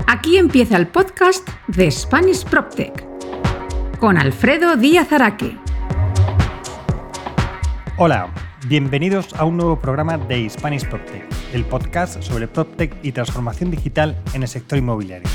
Aquí empieza el podcast de Spanish PropTech con Alfredo Díaz Araque. Hola, bienvenidos a un nuevo programa de Spanish PropTech, el podcast sobre PropTech y transformación digital en el sector inmobiliario.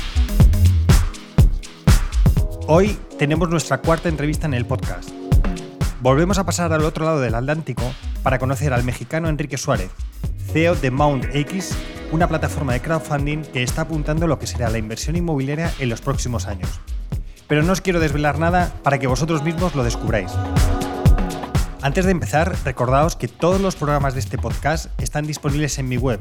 Hoy tenemos nuestra cuarta entrevista en el podcast. Volvemos a pasar al otro lado del Atlántico para conocer al mexicano Enrique Suárez, CEO de Mount X, una plataforma de crowdfunding que está apuntando lo que será la inversión inmobiliaria en los próximos años. Pero no os quiero desvelar nada para que vosotros mismos lo descubráis. Antes de empezar, recordaos que todos los programas de este podcast están disponibles en mi web,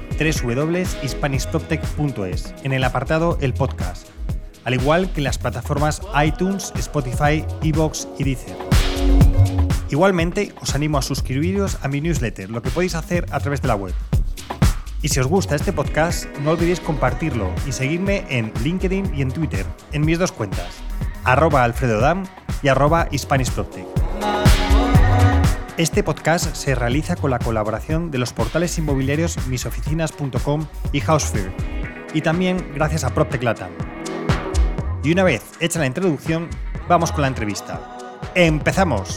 www.hispanishproptech.es, en el apartado El Podcast, al igual que en las plataformas iTunes, Spotify, iVoox y Deezer. Igualmente, os animo a suscribiros a mi newsletter, lo que podéis hacer a través de la web. Y si os gusta este podcast, no olvidéis compartirlo y seguirme en LinkedIn y en Twitter, en mis dos cuentas, @alfredodam y @hispanishproptech. Este podcast se realiza con la colaboración de los portales inmobiliarios misoficinas.com y Housefair, y también gracias a PropTech Latam. Y una vez hecha la introducción, vamos con la entrevista. ¡Empezamos!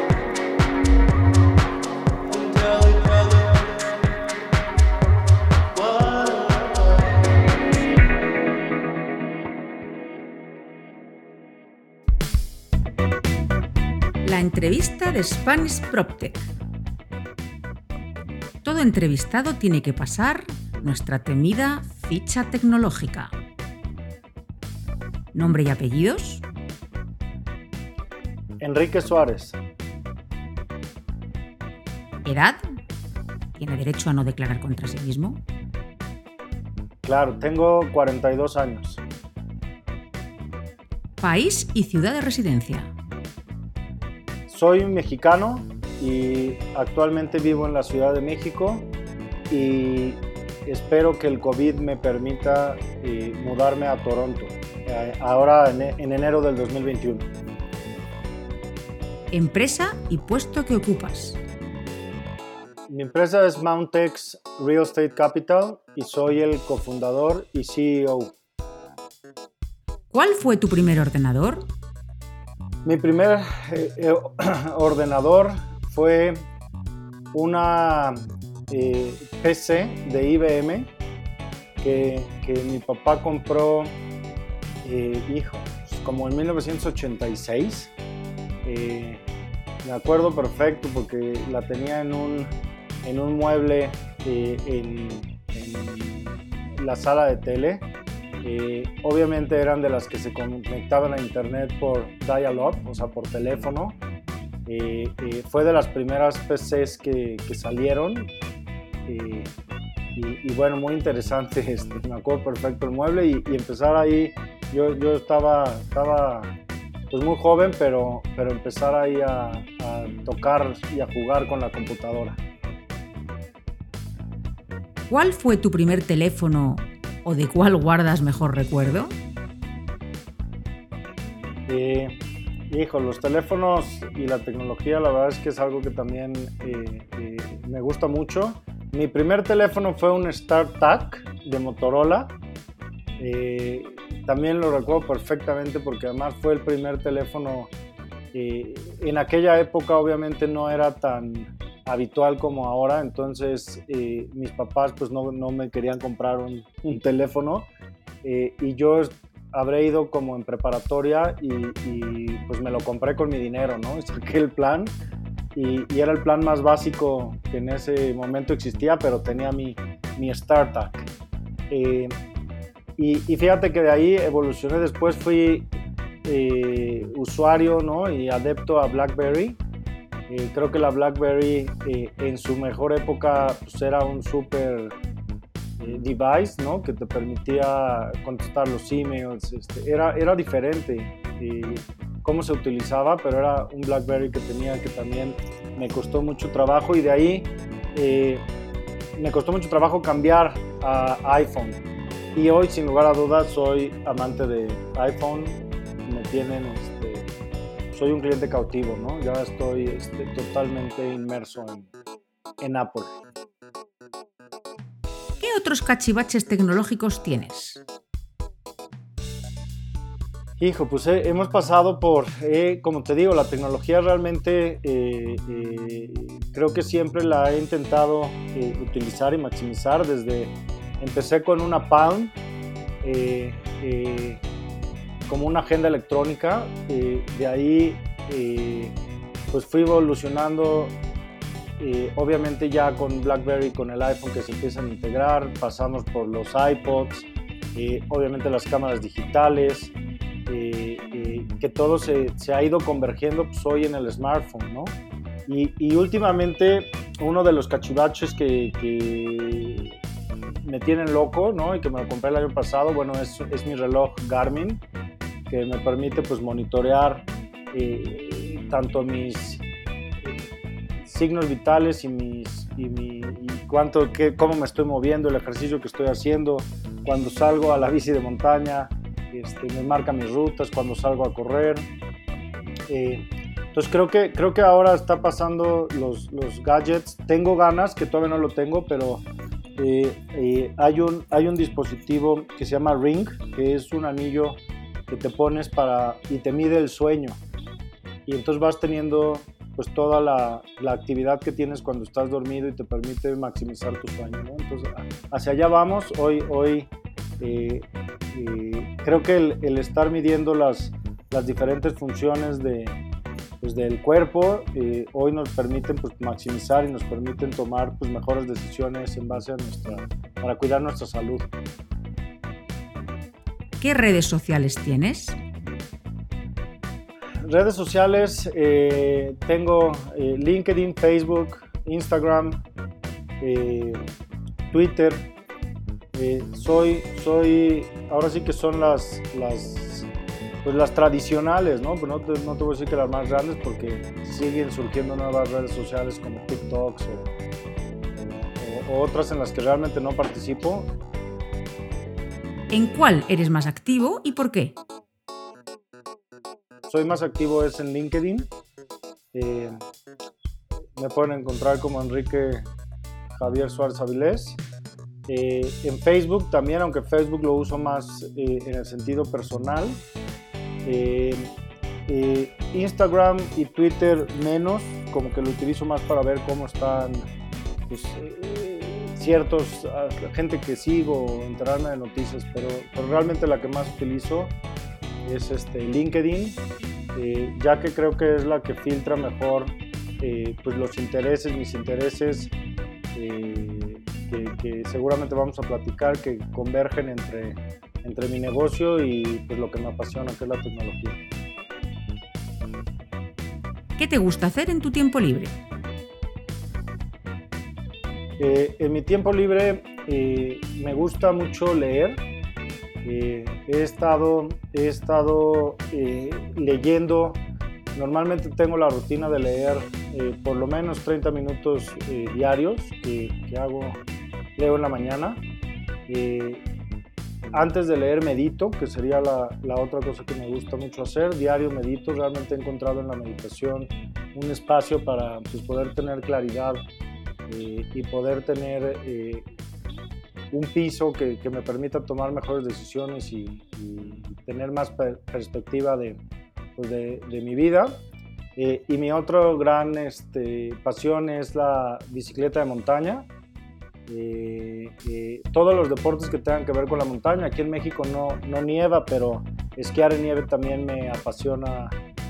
La entrevista de Spanish PropTech. Todo entrevistado tiene que pasar nuestra temida ficha tecnológica. ¿Nombre y apellidos? Enrique Suárez. ¿Edad? ¿Tiene derecho a no declarar contra sí mismo? Claro, tengo 42 años. ¿País y ciudad de residencia? Soy mexicano y actualmente vivo en la Ciudad de México y espero que el COVID me permita mudarme a Toronto, ahora en enero del 2021. ¿Empresa y puesto que ocupas? Mi empresa es Mount X Real Estate Capital y soy el cofundador y CEO. ¿Cuál fue tu primer ordenador? Mi primer ordenador fue una PC de IBM que mi papá compró, como en 1986. Me acuerdo perfecto porque la tenía en un mueble en la sala de tele. Obviamente eran de las que se conectaban a internet por dial-up, o sea, por teléfono. Fue de las primeras PCs que salieron y bueno, muy interesante. Me acuerdo perfecto el mueble y empezar ahí. Yo estaba pues muy joven, pero empezar ahí a tocar y a jugar con la computadora. ¿Cuál fue tu primer teléfono o de cuál guardas mejor recuerdo? Los teléfonos y la tecnología, la verdad es que es algo que también me gusta mucho. Mi primer teléfono fue un StarTAC de Motorola. También lo recuerdo perfectamente porque además fue el primer teléfono. En aquella época obviamente no era tan habitual como ahora, entonces mis papás pues no me querían comprar un teléfono y yo habré ido como en preparatoria y pues me lo compré con mi dinero, ¿no? Saqué el plan y era el plan más básico que en ese momento existía, pero tenía mi StarTAC. Y fíjate que de ahí evolucioné, después fui usuario, ¿no? Y adepto a BlackBerry. Creo que la BlackBerry en su mejor época pues era un super device, ¿no? Que te permitía contestar los emails. Era diferente cómo se utilizaba, pero era un BlackBerry que también me costó mucho trabajo y de ahí me costó mucho trabajo cambiar a iPhone. Y hoy, sin lugar a dudas, soy amante de iPhone. Me tienen soy un cliente cautivo, ¿no? Ya estoy totalmente inmerso en Apple. ¿Qué otros cachivaches tecnológicos tienes? Hijo, pues hemos pasado por, como te digo, la tecnología realmente creo que siempre la he intentado utilizar y maximizar. Empecé con una Palm, como una agenda electrónica, de ahí pues fui evolucionando, obviamente ya con BlackBerry, con el iPhone que se empiezan a integrar, pasamos por los iPods, obviamente las cámaras digitales, que todo se ha ido convergiendo pues, hoy en el smartphone, ¿no? Y últimamente uno de los cachivaches que me tienen loco, ¿no? Y que me lo compré el año pasado, bueno, es mi reloj Garmin, que me permite pues monitorear tanto mis signos vitales y cómo me estoy moviendo, el ejercicio que estoy haciendo, cuando salgo a la bici de montaña, me marca mis rutas, cuando salgo a correr. Entonces creo que ahora está pasando los gadgets. Tengo ganas, que todavía no lo tengo, pero hay un dispositivo que se llama Ring, que es un anillo que te pones y te mide el sueño. Y entonces vas teniendo pues toda la actividad que tienes cuando estás dormido y te permite maximizar tu sueño, ¿no? Entonces hacia allá vamos. Hoy creo que el estar midiendo las diferentes funciones del cuerpo hoy nos permiten pues, maximizar y nos permiten tomar pues, mejores decisiones en base para cuidar nuestra salud. ¿Qué redes sociales tienes? Redes sociales, tengo LinkedIn, Facebook, Instagram, Twitter. Ahora sí que son las tradicionales, ¿no? Pues no te voy a decir que las más grandes porque siguen surgiendo nuevas redes sociales como TikToks o otras en las que realmente no participo. ¿En cuál eres más activo y por qué? Soy más activo en LinkedIn. Me pueden encontrar como Enrique Javier Suárez Avilés. En Facebook también, aunque Facebook lo uso más en el sentido personal. Instagram y Twitter menos, como que lo utilizo más para ver cómo están pues, ciertos gente que sigo o enterarme de noticias, pero realmente la que más utilizo es LinkedIn, ya que creo que es la que filtra mejor pues mis intereses que seguramente vamos a platicar, que convergen entre mi negocio y pues, lo que me apasiona, que es la tecnología. ¿Qué te gusta hacer en tu tiempo libre? En mi tiempo libre me gusta mucho leer. He estado leyendo. Normalmente tengo la rutina de leer por lo menos 30 minutos diarios que leo en la mañana. Antes de leer medito, que sería la otra cosa que me gusta mucho hacer. Diario medito. Realmente he encontrado en la meditación un espacio para pues, poder tener claridad y poder tener un piso que me permita tomar mejores decisiones y tener más perspectiva de mi vida. Y mi otra gran pasión es la bicicleta de montaña. Todos los deportes que tengan que ver con la montaña. Aquí en México no nieva, pero esquiar en nieve también me apasiona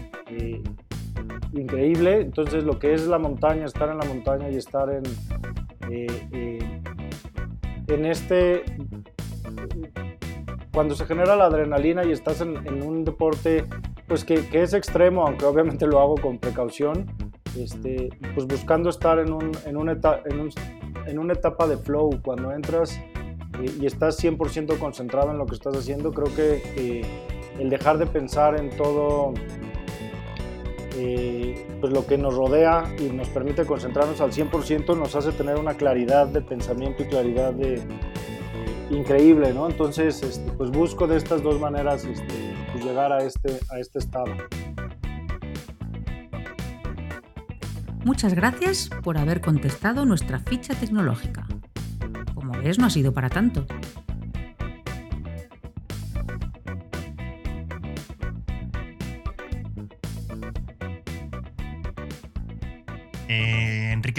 increíble. Entonces lo que es la montaña, estar en la montaña y estar cuando se genera la adrenalina y estás en un deporte pues que es extremo, aunque obviamente lo hago con precaución, pues buscando estar en una etapa de flow. Cuando entras y estás 100% concentrado en lo que estás haciendo, creo que el dejar de pensar en todo pues lo que nos rodea y nos permite concentrarnos al 100% nos hace tener una claridad de pensamiento y claridad increíble, ¿no? Entonces pues busco de estas dos maneras pues llegar a este estado. Muchas gracias por haber contestado nuestra ficha tecnológica. Como ves, no ha sido para tanto.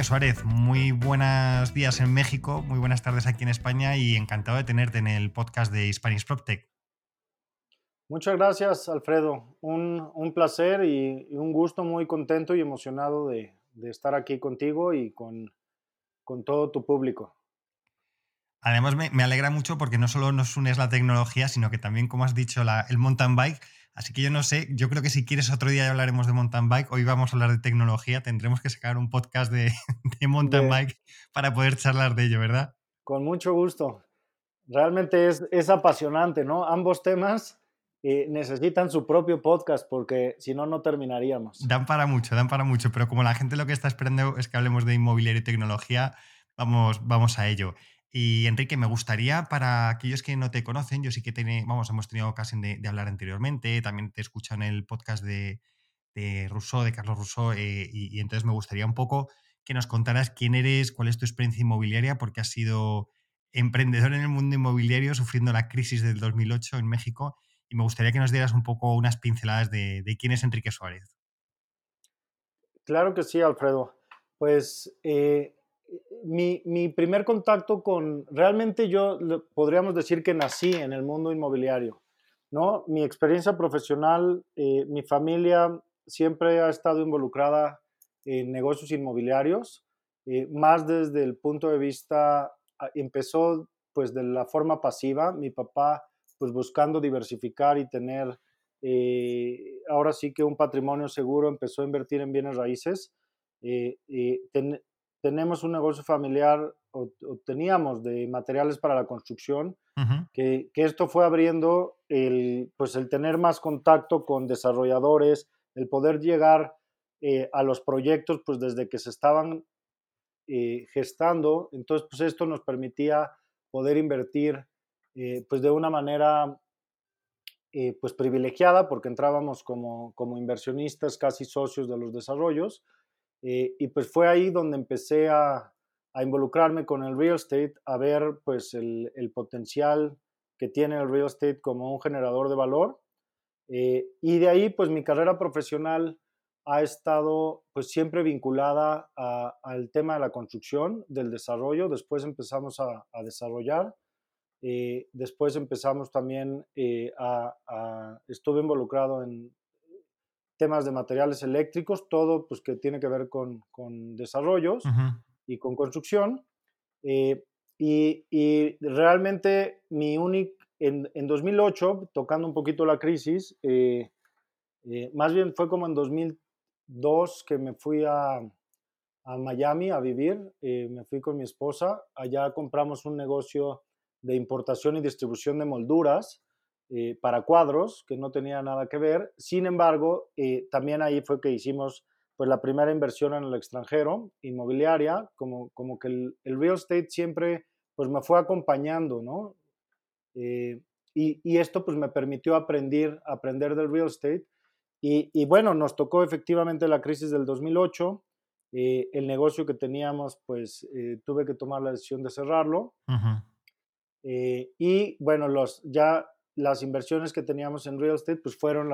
Enrique Suárez, muy buenos días en México, muy buenas tardes aquí en España y encantado de tenerte en el podcast de Spanish PropTech. Muchas gracias, Alfredo. Un placer y un gusto, muy contento y emocionado de estar aquí contigo y con todo tu público. Además, me alegra mucho porque no solo nos unes la tecnología, sino que también, como has dicho, el mountain bike. Así que yo no sé, yo creo que si quieres otro día ya hablaremos de mountain bike. Hoy vamos a hablar de tecnología. Tendremos que sacar un podcast de mountain De, bike para poder charlar de ello, ¿verdad? con mucho gusto. Realmente es apasionante, ¿no? Ambos temas necesitan su propio podcast porque si no, no terminaríamos. Dan para mucho, pero como la gente lo que está esperando es que hablemos de inmobiliario y tecnología, vamos a ello. Y Enrique, me gustaría, para aquellos que no te conocen, yo sí que hemos tenido ocasión de hablar anteriormente, también te escucho en el podcast de Rousseau, de Carlos Rousseau, y entonces me gustaría un poco que nos contaras quién eres, cuál es tu experiencia inmobiliaria, porque has sido emprendedor en el mundo inmobiliario, sufriendo la crisis del 2008 en México, y me gustaría que nos dieras un poco unas pinceladas de quién es Enrique Suárez. Claro que sí, Alfredo. Pues mi primer contacto realmente podríamos decir que nací en el mundo inmobiliario, ¿no? Mi experiencia profesional, mi familia siempre ha estado involucrada en negocios inmobiliarios, más desde el punto de vista, empezó pues de la forma pasiva, mi papá pues buscando diversificar y tener ahora sí que un patrimonio seguro, empezó a invertir en bienes raíces. Eh, eh, ten- Tenemos un negocio familiar, o teníamos, de materiales para la construcción, Ujú. que esto fue abriendo pues el tener más contacto con desarrolladores, el poder llegar a los proyectos pues desde que se estaban gestando. Entonces, pues esto nos permitía poder invertir pues de una manera pues privilegiada porque entrábamos como inversionistas, casi socios de los desarrollos, y pues fue ahí donde empecé a involucrarme con el real estate, a ver pues el potencial que tiene el real estate como un generador de valor, y de ahí pues mi carrera profesional ha estado pues siempre vinculada al tema de la construcción, del desarrollo. Después empezamos a desarrollar, después empezamos también estuve involucrado en temas de materiales eléctricos, todo pues que tiene que ver con desarrollos Ujú. y con construcción. Eh, y realmente en 2008, tocando un poquito la crisis, más bien fue como en 2002 que me fui a Miami a vivir, me fui con mi esposa, allá compramos un negocio de importación y distribución de molduras para cuadros, que no tenía nada que ver. Sin embargo, también ahí fue que hicimos pues la primera inversión en el extranjero, inmobiliaria, como que el real estate siempre pues me fue acompañando, ¿no? Eh, y esto pues me permitió aprender del real estate. Y bueno, nos tocó efectivamente la crisis del 2008. El negocio que teníamos, pues tuve que tomar la decisión de cerrarlo. Ujú. Y bueno, ya las inversiones que teníamos en real estate, pues fueron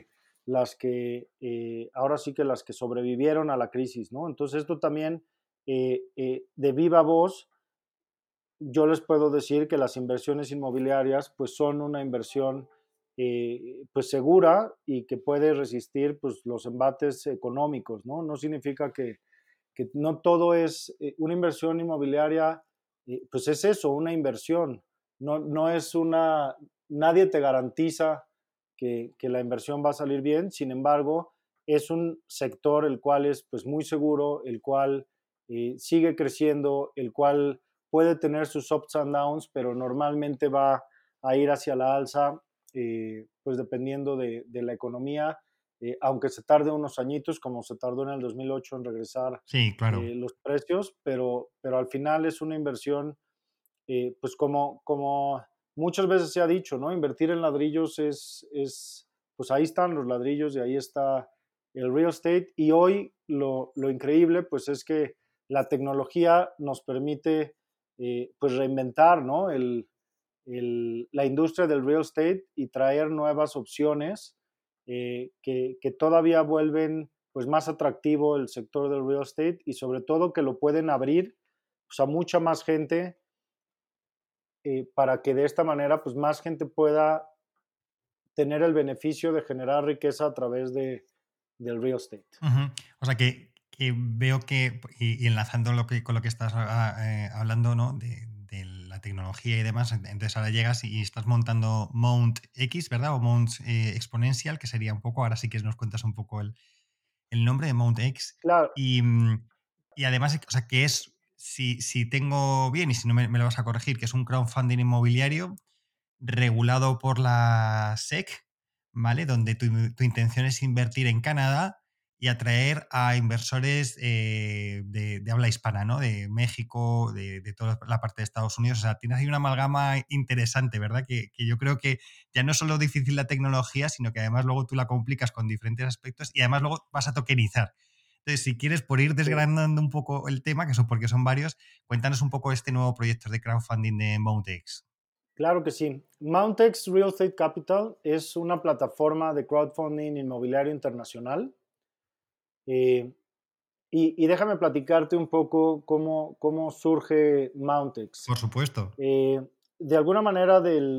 ahora sí que las que sobrevivieron a la crisis, ¿no? Entonces esto también, de viva voz, yo les puedo decir que las inversiones inmobiliarias pues son una inversión pues segura y que puede resistir pues los embates económicos, ¿no? No significa que no todo es una inversión inmobiliaria, pues es eso, una inversión. No es nadie te garantiza que la inversión va a salir bien. Sin embargo, es un sector el cual es pues muy seguro, el cual sigue creciendo, el cual puede tener sus ups and downs, pero normalmente va a ir hacia la alza, pues dependiendo de la economía, aunque se tarde unos añitos, como se tardó en el 2008 en regresar Sí, claro. los precios, pero al final es una inversión, pues como muchas veces se ha dicho, ¿no? Invertir en ladrillos pues ahí están los ladrillos y ahí está el real estate. Y hoy lo increíble, pues es que la tecnología nos permite, pues reinventar, ¿no? La industria del real estate y traer nuevas opciones que todavía vuelven pues más atractivo el sector del real estate y sobre todo que lo pueden abrir pues, a mucha más gente para que de esta manera pues más gente pueda tener el beneficio de generar riqueza a través del real estate. Ujú. O sea que veo que, y enlazando con lo que estás hablando, ¿no? De la tecnología y demás, entonces ahora llegas y estás montando Mount X, ¿verdad? O Mount Exponential, que sería un poco, ahora sí que nos cuentas un poco el nombre de Mount X. Claro, Y, y además, o sea, que es, si tengo bien y si no me lo vas a corregir, que es un crowdfunding inmobiliario regulado por la SEC, ¿vale? Donde tu intención es invertir en Canadá y atraer a inversores de habla hispana, ¿no? De México, de toda la parte de Estados Unidos. O sea, tienes ahí una amalgama interesante, ¿verdad? Que yo creo que ya no es solo difícil la tecnología, sino que además luego tú la complicas con diferentes aspectos y además luego vas a tokenizar. Entonces, si quieres, por ir sí. desgranando un poco el tema, que eso porque son varios, cuéntanos un poco este nuevo proyecto de crowdfunding de MountX. Claro que sí. Mountex Real Estate Capital es una plataforma de crowdfunding inmobiliario internacional. Eh, y déjame platicarte un poco cómo surge Mountex. Por supuesto. Eh, de alguna manera,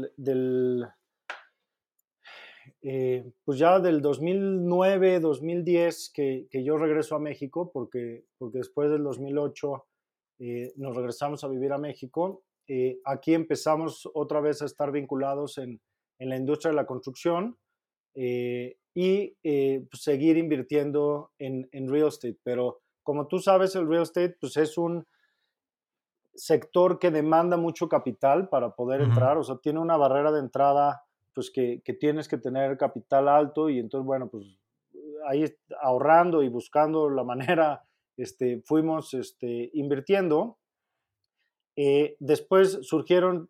pues ya del 2009, 2010, que yo regreso a México, porque después del 2008 nos regresamos a vivir a México. Aquí empezamos otra vez a estar vinculados en la industria de la construcción pues seguir invirtiendo en real estate. Pero como tú sabes, el real estate pues es un sector que demanda mucho capital para poder Ujú. entrar, o sea, tiene una barrera de entrada pues que tienes que tener capital alto y entonces, bueno, pues ahí ahorrando y buscando la manera, fuimos invirtiendo. Después surgieron,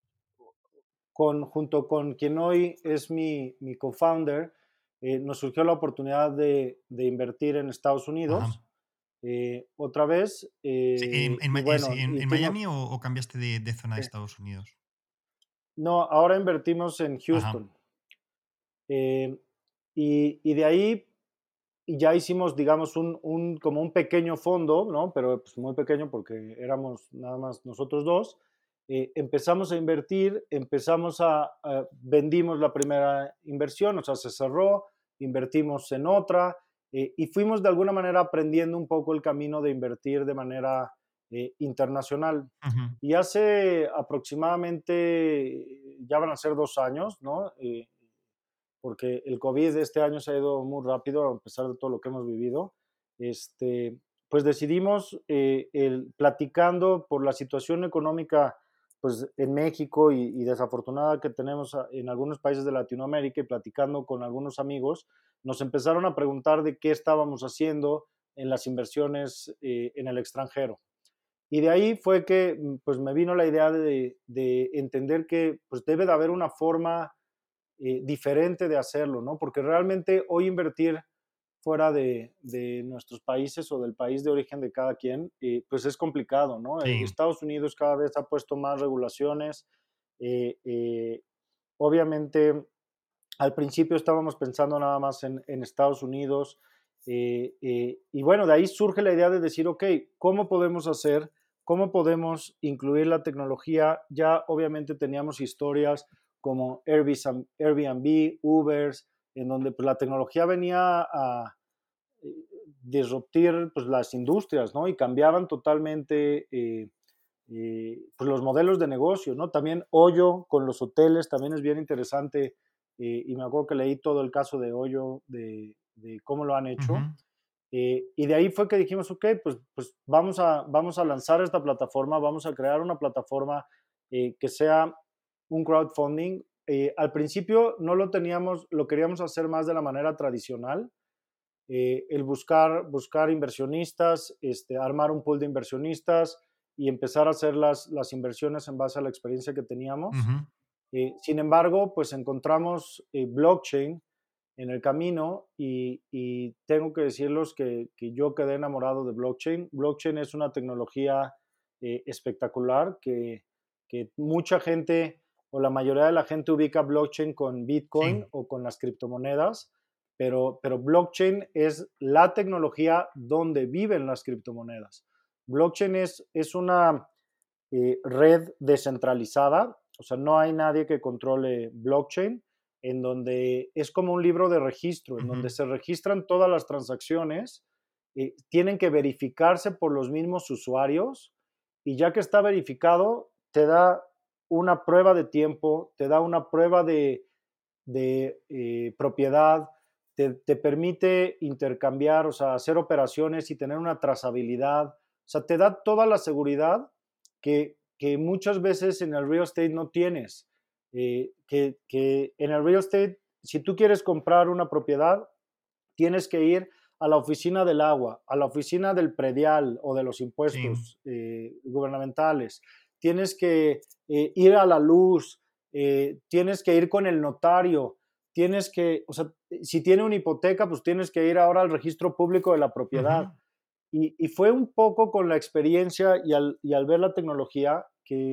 junto con quien hoy es mi co-founder, nos surgió la oportunidad de invertir en Estados Ajá. Unidos otra vez. Sí, Y sí, bueno, en hicimos, Miami o cambiaste de zona de eh, Estados Unidos? no, ahora invertimos en Ajá. Houston. Eh, y de ahí ya hicimos, digamos, como un pequeño fondo, ¿no? Pero pues, muy pequeño porque éramos nada más nosotros dos. Empezamos a invertir, vendimos la primera inversión, o sea, se cerró, invertimos en otra y fuimos de alguna manera aprendiendo un poco el camino de invertir de manera internacional. Ujú. Y hace aproximadamente, ya van a ser 2 años, ¿no? Porque el COVID de este año se ha ido muy rápido, a pesar de todo lo que hemos vivido. Pues decidimos, platicando por la situación económica pues, en México y desafortunada que tenemos en algunos países de Latinoamérica y platicando con algunos amigos, nos empezaron a preguntar de qué estábamos haciendo en las inversiones en el extranjero. Y de ahí fue que pues, me vino la idea de entender que pues, debe de haber una forma diferente de hacerlo, ¿no? Porque realmente hoy invertir fuera de nuestros países o del país de origen de cada quien, pues es complicado, ¿no? Sí. Estados Unidos cada vez ha puesto más regulaciones. eh, eh, Obviamente, al principio estábamos pensando nada más en Estados Unidos. Y bueno, de ahí surge la idea de decir, ok, ¿cómo podemos hacer? ¿Cómo podemos incluir la tecnología? Ya obviamente teníamos historias como Airbnb, Ubers, en donde pues, la tecnología venía a eh, disruptir pues, las industrias, ¿no? Y cambiaban totalmente pues, los modelos de negocio, ¿no? También Hoyo con los hoteles también es bien interesante y me acuerdo que leí todo el caso de Hoyo, de cómo lo han Ujú. hecho. Y de ahí fue que dijimos, ok, pues vamos a lanzar esta plataforma, vamos a crear una plataforma que sea un crowdfunding. Al principio no lo teníamos, lo queríamos hacer más de la manera tradicional, el buscar inversionistas, armar un pool de inversionistas y empezar a hacer las inversiones en base a la experiencia que teníamos. Ujú. Sin embargo, pues encontramos blockchain en el camino y tengo que decirles que yo quedé enamorado de blockchain. Blockchain es una tecnología espectacular que mucha gente o la mayoría de la gente ubica blockchain con Sí. Bitcoin o con las criptomonedas, pero blockchain es la tecnología donde viven las criptomonedas. Blockchain es una red descentralizada, o sea, no hay nadie que controle blockchain, en donde es como un libro de registro, en donde Ujú. se registran todas las transacciones, tienen que verificarse por los mismos usuarios y ya que está verificado, te da una prueba de tiempo, te da una prueba de propiedad, te permite intercambiar, o sea, hacer operaciones y tener una trazabilidad, o sea, te da toda la seguridad que muchas veces en el real estate no tienes. Que en el real estate, si tú quieres comprar una propiedad, tienes que ir a la oficina del agua, a la oficina del predial o de los Sí. impuestos gubernamentales. Tienes que ir a la luz, tienes que ir con el notario, tienes que, o sea, si tiene una hipoteca, pues tienes que ir ahora al registro público de la propiedad. Ujú. Y fue un poco con la experiencia y al ver la tecnología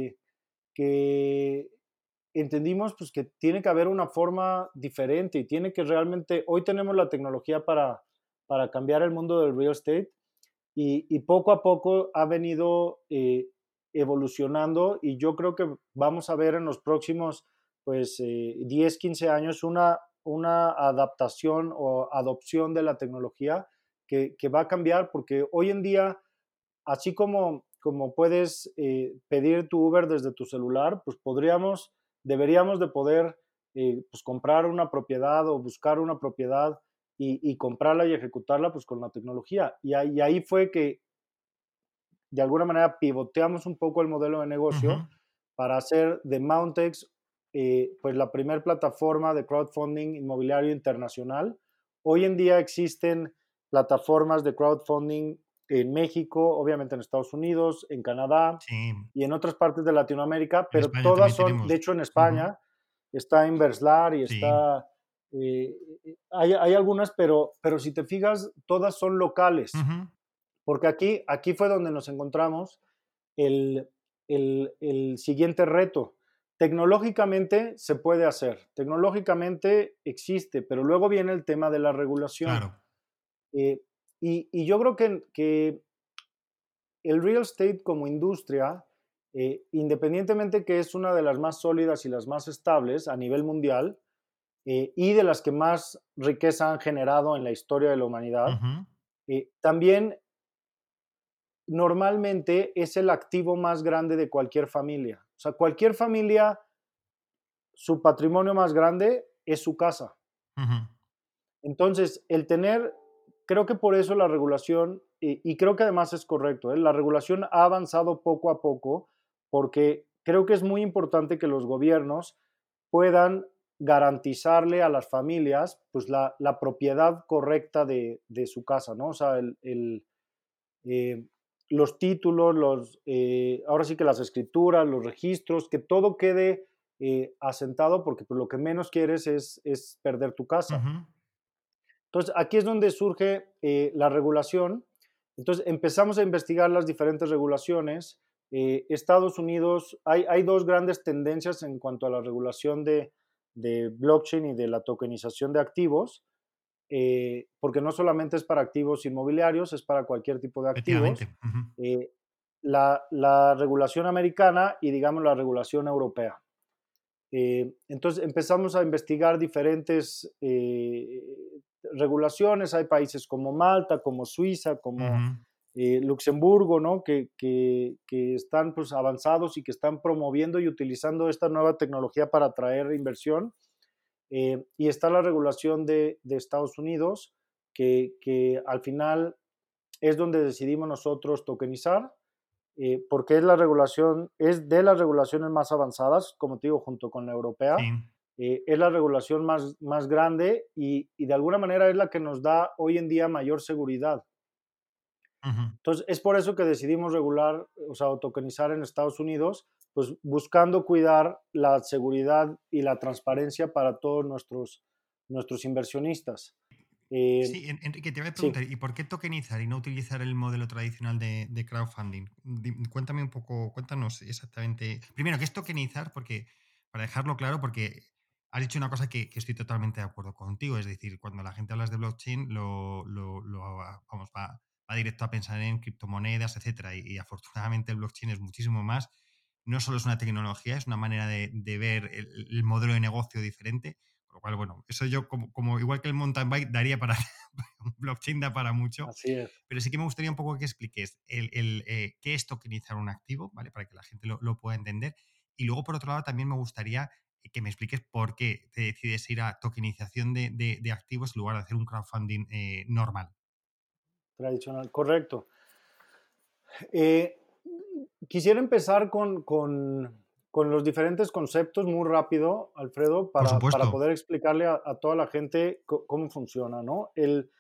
que entendimos pues, que tiene que haber una forma diferente y tiene que realmente, hoy tenemos la tecnología para cambiar el mundo del real estate y poco a poco ha venido evolucionando y yo creo que vamos a ver en los próximos pues 10, 15 años una adaptación o adopción de la tecnología que va a cambiar porque hoy en día así como puedes pedir tu Uber desde tu celular, pues deberíamos de poder pues comprar una propiedad o buscar una propiedad y comprarla y ejecutarla pues con la tecnología. Y ahí fue que de alguna manera pivoteamos un poco el modelo de negocio Ujú. para hacer de Mountex pues la primer plataforma de crowdfunding inmobiliario internacional. Hoy en día existen plataformas de crowdfunding en México, obviamente en Estados Unidos, en Canadá Sí. y en otras partes de Latinoamérica, En pero España todas también son, tenemos. de hecho en Ujú. España está Inverslar y Sí. está, eh, hay algunas, pero si te fijas, todas son locales. Ujú. Porque aquí fue donde nos encontramos el, el siguiente reto. Tecnológicamente se puede hacer, tecnológicamente existe, pero luego viene el tema de la regulación. Claro. Eh, y yo creo que el real estate como industria, independientemente que es una de las más sólidas y las más estables a nivel mundial, y de las que más riqueza han generado en la historia de la humanidad, Ujú. también normalmente es el activo más grande de cualquier familia. O sea, cualquier familia, su patrimonio más grande es su casa. Ujú. Entonces, creo que por eso la regulación, y creo que además es correcto, la regulación ha avanzado poco a poco, porque creo que es muy importante que los gobiernos puedan garantizarle a las familias pues la propiedad correcta de su casa, ¿no? O sea, eh, los títulos, ahora sí que las escrituras, los registros, que todo quede asentado, porque pues, lo que menos quieres es perder tu casa. Ujú. Entonces, aquí es donde surge la regulación. Entonces, empezamos a investigar las diferentes regulaciones. Estados Unidos, hay dos grandes tendencias en cuanto a la regulación de blockchain y de la tokenización de activos, porque no solamente es para activos inmobiliarios, es para cualquier tipo de Efectivamente. activos. Ujú. Eh, la regulación americana y, digamos, la regulación europea. Entonces empezamos a investigar diferentes regulaciones. Hay países como Malta, como Suiza, como Ujú. Luxemburgo, ¿no? Que están pues, avanzados y que están promoviendo y utilizando esta nueva tecnología para atraer inversión. Y está la regulación de Estados Unidos, que al final es donde decidimos nosotros tokenizar, porque es de las regulaciones más avanzadas, como te digo, junto con la Sí. europea. Es la regulación más grande y de alguna manera es la que nos da hoy en día mayor seguridad. Ujú. Entonces, es por eso que decidimos regular, o sea, o tokenizar en Estados Unidos, pues buscando cuidar la seguridad y la transparencia para todos nuestros inversionistas. Eh, Sí, Enrique, te voy a preguntar, sí, ¿y por qué tokenizar y no utilizar el modelo tradicional de crowdfunding? Cuéntame un poco, cuéntanos exactamente. Primero, ¿qué es tokenizar? Porque, para dejarlo claro, porque Has dicho una cosa que estoy totalmente de acuerdo contigo, es decir, cuando la gente habla de blockchain, vamos, va directo a pensar en criptomonedas, etcétera, y afortunadamente el blockchain es muchísimo más. No solo es una tecnología, es una manera de ver el modelo de negocio diferente, con lo cual, bueno, eso yo como igual que el mountain bike daría para, un blockchain da para mucho, Así es. pero sí que me gustaría un poco que expliques qué es tokenizar un activo, ¿vale? Para que la gente lo pueda entender. Y luego, por otro lado, también me gustaría que me expliques por qué te decides ir a tokenización de activos en lugar de hacer un crowdfunding normal. Tradicional, correcto. Eh, Quisiera empezar con los diferentes conceptos muy rápido, Alfredo, Por para supuesto. poder explicarle a toda la gente cómo funciona, ¿no?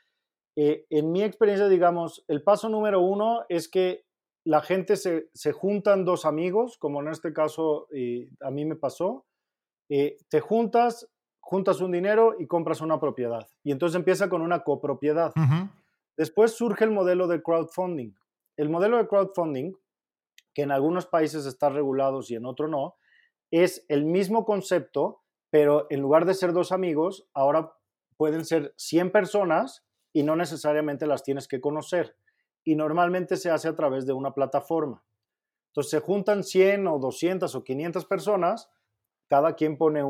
En mi experiencia, digamos, el paso número uno es que la gente se juntan dos amigos, como en este caso a mí me pasó. Te juntas un dinero y compras una propiedad. Y entonces empieza con una copropiedad. Ujú. Después surge el modelo de crowdfunding. El modelo de crowdfunding, que en algunos países está regulado y en otro no, es el mismo concepto, pero en lugar de ser dos amigos, ahora pueden ser 100 personas y no necesariamente las tienes que conocer. Y normalmente se hace a través de una plataforma. Entonces se juntan 100 o 200 o 500 personas, cada quien pone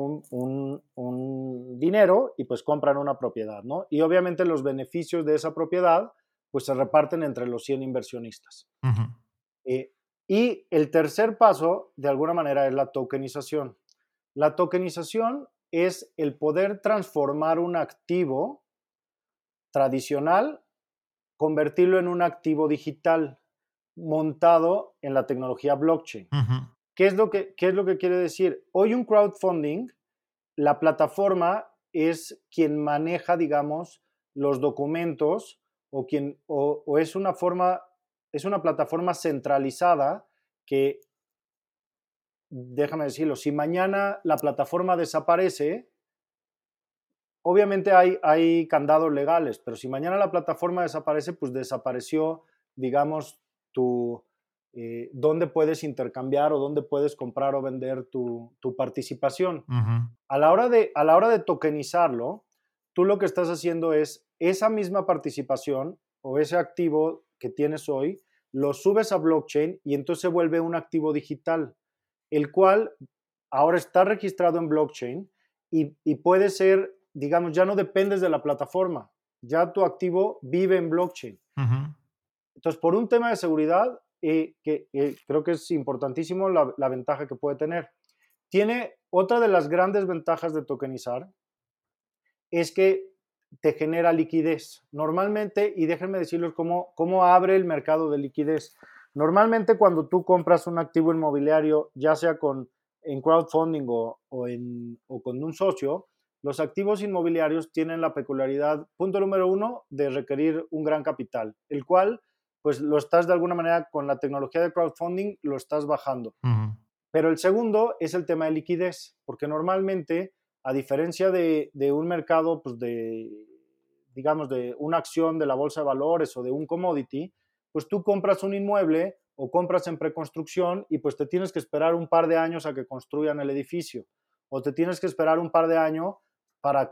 un dinero y pues compran una propiedad, ¿no? Y obviamente los beneficios de esa propiedad pues se reparten entre los 100 inversionistas. Ujú. Eh, y el tercer paso, de alguna manera, es la tokenización. La tokenización es el poder transformar un activo tradicional, convertirlo en un activo digital montado en la tecnología blockchain. Ujú. ¿Qué es lo que quiere decir? Hoy un crowdfunding, la plataforma es quien maneja, digamos, los documentos o es una plataforma centralizada que, déjame decirlo, si mañana la plataforma desaparece, obviamente hay candados legales, pero si mañana la plataforma desaparece, pues desapareció, digamos, dónde puedes intercambiar o dónde puedes comprar o vender tu participación. Ujú. A la hora de tokenizarlo, tú lo que estás haciendo es esa misma participación o ese activo que tienes hoy, lo subes a blockchain y entonces se vuelve un activo digital, el cual ahora está registrado en blockchain y puede ser, digamos, ya no dependes de la plataforma, ya tu activo vive en blockchain. Ujú. Entonces, por un tema de seguridad, creo que es importantísimo la ventaja que puede tener. Tiene otra de las grandes ventajas de tokenizar, es que te genera liquidez. Normalmente, y déjenme decirles cómo abre el mercado de liquidez. Normalmente cuando tú compras un activo inmobiliario, ya sea en crowdfunding o con un socio, los activos inmobiliarios tienen la peculiaridad, punto número uno, de requerir un gran capital, el cual, pues lo estás de alguna manera con la tecnología de crowdfunding, lo estás bajando. Ujú. Pero el segundo es el tema de liquidez, porque normalmente, a diferencia de un mercado, pues digamos, de una acción de la bolsa de valores o de un commodity, pues tú compras un inmueble o compras en preconstrucción y pues te tienes que esperar un par de años a que construyan el edificio, o te tienes que esperar un par de años para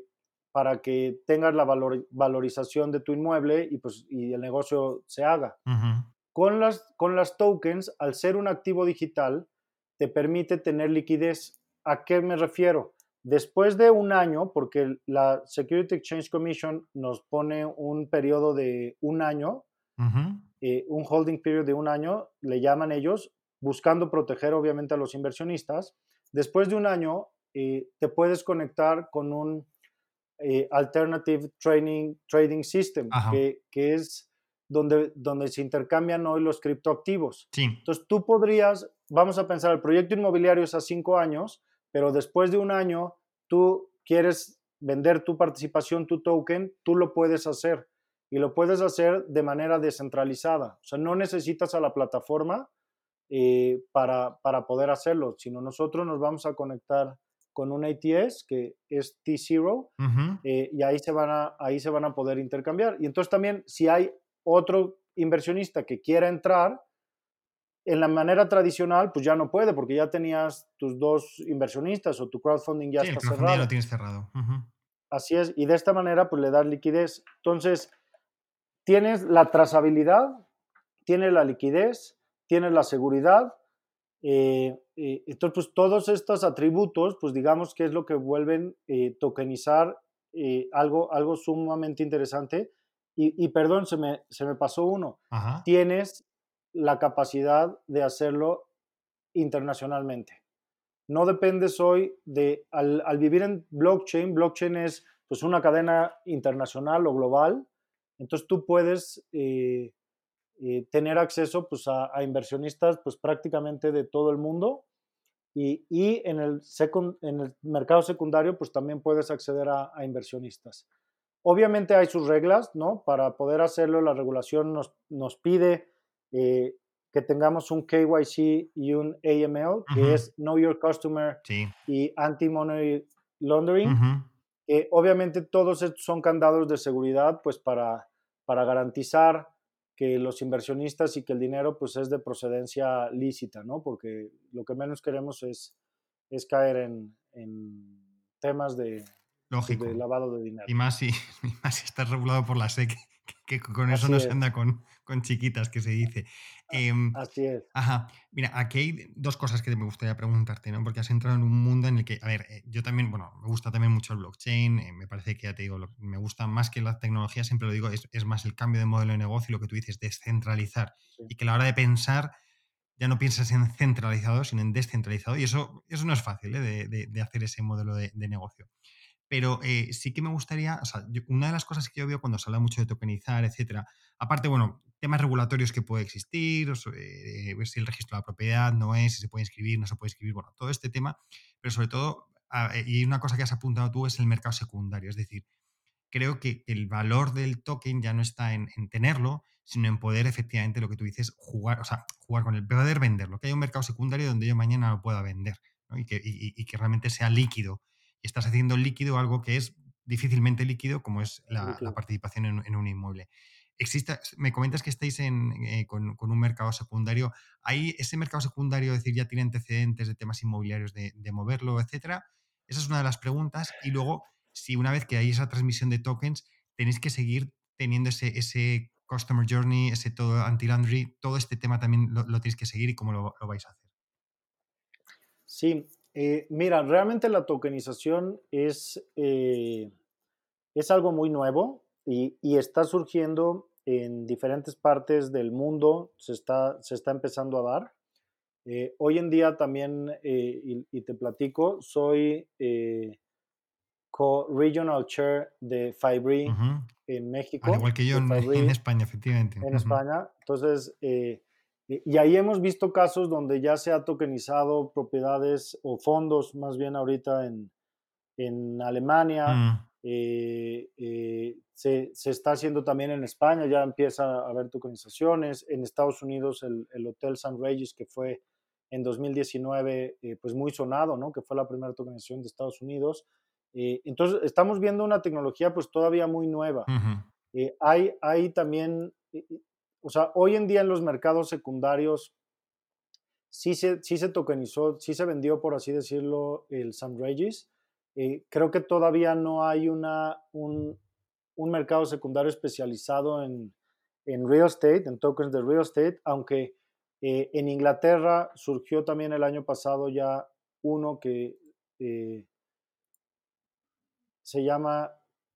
que tengas la valorización de tu inmueble y el negocio se haga. Ujú. Con las tokens, al ser un activo digital, te permite tener liquidez. ¿A qué me refiero? Después de un año, porque la Security Exchange Commission nos pone un periodo de un año, Ujú. un holding period de un año, le llaman ellos, buscando proteger obviamente a los inversionistas. Después de un año, te puedes conectar con un Alternative Trading System, Ajá. que es donde se intercambian hoy los criptoactivos. Sí. Entonces, vamos a pensar, el proyecto inmobiliario es a 5 años, pero después de un año tú quieres vender tu participación, tu token, tú lo puedes hacer y lo puedes hacer de manera descentralizada. O sea, no necesitas a la plataforma para poder hacerlo, sino nosotros nos vamos a conectar con un ATS que es T0 Ujú. y ahí se van a poder intercambiar. Y entonces también, si hay otro inversionista que quiera entrar, En la manera tradicional, pues ya no puede, porque ya tenías tus 2 inversionistas o tu crowdfunding ya Sí, el está crowdfunding ya lo cerrado. tienes cerrado. Ujú. Así es, y de esta manera, pues le das liquidez. Entonces, tienes la trazabilidad, tienes la liquidez, tienes la seguridad. Entonces, pues todos estos atributos, pues digamos que es lo que vuelven tokenizar algo sumamente interesante. Y perdón, se me pasó uno. Ajá. Tienes la capacidad de hacerlo internacionalmente. No dependes hoy al vivir en blockchain es pues una cadena internacional o global, entonces tú puedes tener acceso pues a inversionistas pues prácticamente de todo el mundo y en el mercado secundario pues también puedes acceder a inversionistas. Obviamente hay sus reglas, ¿no? Para poder hacerlo, la regulación nos pide eh, que tengamos un KYC y un AML, que Ujú. es Know Your Customer Sí. y Anti-Money Laundering. Ujú. Obviamente todos estos son candados de seguridad, pues para garantizar que los inversionistas y que el dinero pues es de procedencia lícita, ¿no? Porque lo que menos queremos es caer en temas pues, de Lógico. lavado de dinero. Y más si, y más si estás regulado por la SEC, que con eso Así no se es, anda con chiquitas, que se dice. Em, así es. ajá. Mira, aquí hay dos cosas que me gustaría preguntarte, ¿no? Porque has entrado en un mundo en el que, a ver, yo también, bueno, me gusta también mucho el blockchain, me parece que, ya te digo, me gusta más que la tecnología, siempre lo digo, es más el cambio de modelo de negocio y lo que tú dices, descentralizar. Sí, Y que a la hora de pensar, ya no piensas en centralizado, sino en descentralizado. Y eso no es fácil, ¿eh? De hacer ese modelo de negocio. Pero sí que me gustaría, o sea, una de las cosas que yo veo cuando se habla mucho de tokenizar, etcétera, aparte, bueno, temas regulatorios que puede existir, ver si el registro de la propiedad no es, si se puede inscribir, no se puede inscribir, bueno, todo este tema, pero sobre todo, y una cosa que has apuntado tú es el mercado secundario, es decir, creo que el valor del token ya no está en tenerlo, sino en poder efectivamente lo que tú dices, jugar, o sea, jugar con el poder venderlo, que haya un mercado secundario donde yo mañana lo pueda vender, ¿no? Y que realmente sea líquido. Y estás haciendo líquido algo que es difícilmente líquido, como es la líquido. participación en un inmueble. Me comentas que estáis con un mercado secundario. ¿Hay ese mercado secundario, es decir, ya tiene antecedentes de temas inmobiliarios de moverlo, etcétera? Esa es una de las preguntas. Y luego, si una vez que hay esa transmisión de tokens, tenéis que seguir teniendo ese customer journey, ese todo anti-laundry, todo este tema también lo tenéis que seguir y cómo lo vais a hacer. Sí, mira, realmente la tokenización es algo muy nuevo y está surgiendo en diferentes partes del mundo, se está empezando a dar. Hoy en día también, y te platico, soy co-regional chair de Fibri Ujú. en Al México, igual que yo de en Fibri España, efectivamente. en Ujú. España. Entonces, y ahí hemos visto casos donde ya se ha tokenizado propiedades o fondos, más bien ahorita en Alemania. Mm. Se está haciendo también en España, ya empieza a haber tokenizaciones. En Estados Unidos, el Hotel St. Regis, que fue en 2019, pues muy sonado, ¿no? Que fue la primera tokenización de Estados Unidos. Entonces, estamos viendo una tecnología pues todavía muy nueva. Ujú. Hay también, o sea, hoy en día en los mercados secundarios sí se tokenizó, sí se vendió, por así decirlo, el St. Regis. Creo que todavía no hay un mercado secundario especializado en real estate, en tokens de real estate, aunque en Inglaterra surgió también el año pasado ya uno que eh, se llama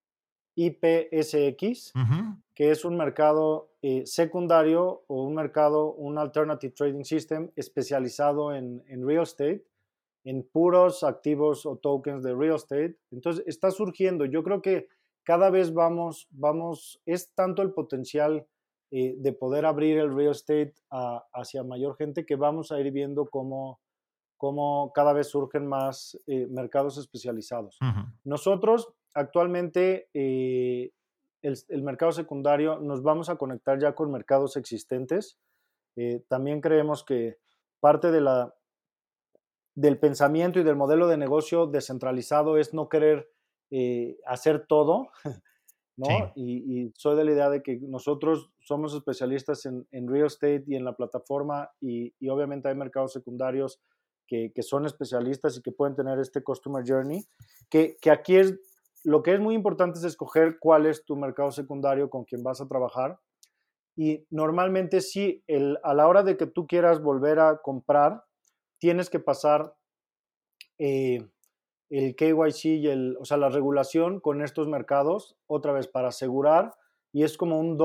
IPSX, Ujú. que es un mercado secundario o un alternative trading system especializado en real estate, en puros activos o tokens de real estate. Entonces está surgiendo. Yo creo que cada vez es tanto el potencial de poder abrir el real estate hacia mayor gente que vamos a ir viendo cómo cada vez surgen más mercados especializados. Ujú. Nosotros actualmente, el mercado secundario, nos vamos a conectar ya con mercados existentes. También creemos que parte del pensamiento y del modelo de negocio descentralizado es no querer hacer todo. ¿no? Sí. Y soy de la idea de que nosotros somos especialistas en real estate y en la plataforma y obviamente hay mercados secundarios que son especialistas y que pueden tener este customer journey, que aquí es, lo que es muy importante es escoger cuál es tu mercado secundario con quien vas a trabajar y normalmente sí, a la hora de que tú quieras volver a comprar, tienes que pasar eh, el KYC y o sea, la regulación con estos mercados, otra vez para asegurar, y es como un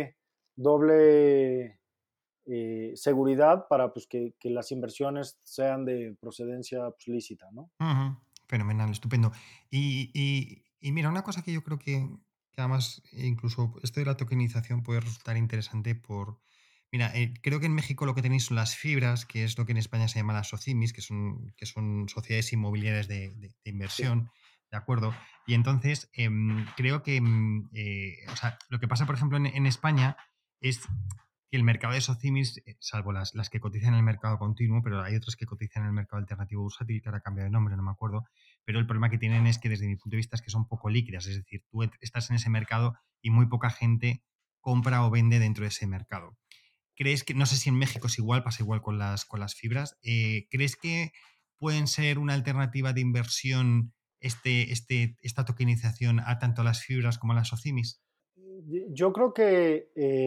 doble seguridad para pues, que las inversiones sean de procedencia pues, lícita, ¿no? Ujú. Fenomenal, estupendo. Y mira, una cosa que yo creo que además incluso esto de la tokenización puede resultar interesante por... Mira, creo que en México lo que tenéis son las fibras, que es lo que en España se llama las SOCIMIS, que son sociedades inmobiliarias de Sí. inversión, ¿de acuerdo? Y entonces creo que, o sea, lo que pasa, por ejemplo, en España es que el mercado de SOCIMIS, salvo las que cotizan en el mercado continuo, pero hay otras que cotizan en el mercado alternativo bursátil, que ahora cambia de nombre, no me acuerdo, pero el problema que tienen es que desde mi punto de vista es que son poco líquidas, es decir, tú estás en ese mercado y muy poca gente compra o vende dentro de ese mercado. ¿Crees que, no sé si en México es igual, pasa igual con las fibras, ¿crees que pueden ser una alternativa de inversión esta tokenización a tanto a las fibras como a las OCIMIS? Yo creo que,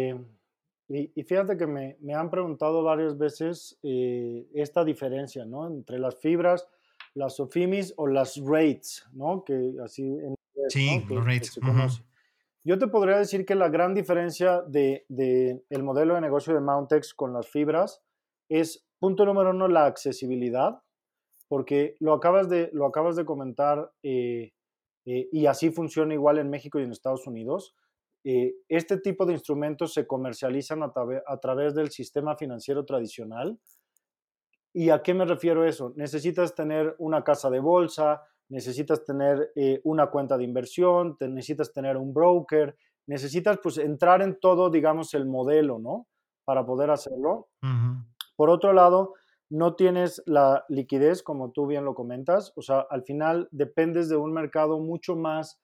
y fíjate que me han preguntado varias veces esta diferencia, ¿no? Entre las fibras, las SOFIMIS o las REITs, ¿no? Que así en inglés, Sí, ¿no? los Que rates. se Ujú. conoce. Yo te podría decir que la gran diferencia de el modelo de negocio de Mountex con las fibras es, punto número uno, la accesibilidad, porque lo acabas de comentar y así funciona igual en México y en Estados Unidos. Este tipo de instrumentos se comercializan a través del sistema financiero tradicional. ¿Y a qué me refiero eso? Necesitas tener una casa de bolsa, necesitas tener una cuenta de inversión, necesitas tener un broker, necesitas pues entrar en todo, digamos, el modelo, ¿no? Para poder hacerlo. Ujú. Por otro lado, no tienes la liquidez, como tú bien lo comentas, o sea, al final dependes de un mercado mucho más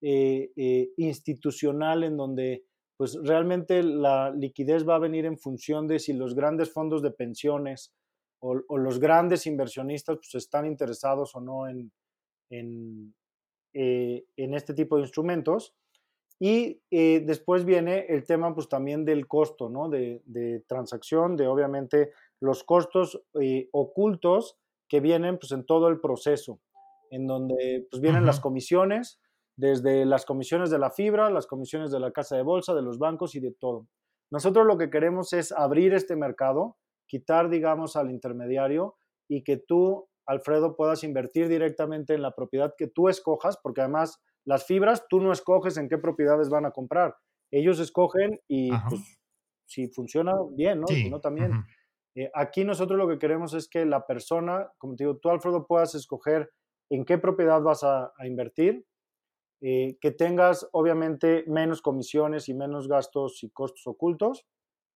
institucional en donde pues realmente la liquidez va a venir en función de si los grandes fondos de pensiones o los grandes inversionistas pues están interesados o no en, en este tipo de instrumentos. Y después viene el tema pues también del costo, ¿no? De transacción, de obviamente los costos ocultos que vienen pues en todo el proceso, en donde pues vienen las Ujú. comisiones, desde las comisiones de la fibra, las comisiones de la casa de bolsa, de los bancos y de todo. Nosotros lo que queremos es abrir este mercado, quitar, digamos, al intermediario y que tú, Alfredo, puedas invertir directamente en la propiedad que tú escojas, porque además las fibras, tú no escoges en qué propiedades van a comprar. Ellos escogen y Ajá. pues si funciona bien, ¿no? Y si Sí. no, también. Ujú. Aquí nosotros lo que queremos es que la persona, como te digo, tú Alfredo puedas escoger en qué propiedad vas a invertir, que tengas obviamente menos comisiones y menos gastos y costos ocultos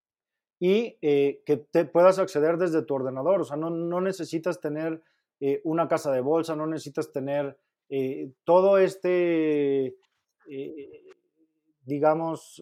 y que te puedas acceder desde tu ordenador. O sea, no necesitas tener una casa de bolsa, no necesitas tener todo eh, digamos,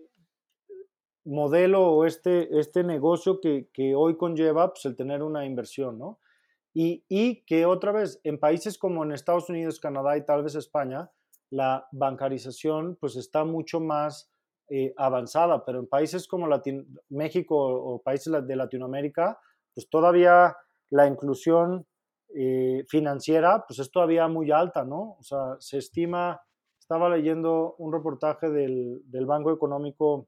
modelo o este negocio que hoy conlleva pues, el tener una inversión, ¿no? Y que otra vez, en países como en Estados Unidos, Canadá y tal vez España, la bancarización pues está mucho más avanzada, pero en países como México o países de Latinoamérica, pues todavía la inclusión financiera pues es todavía muy alta, ¿no? O sea, se estima, estaba leyendo un reportaje del Banco Económico,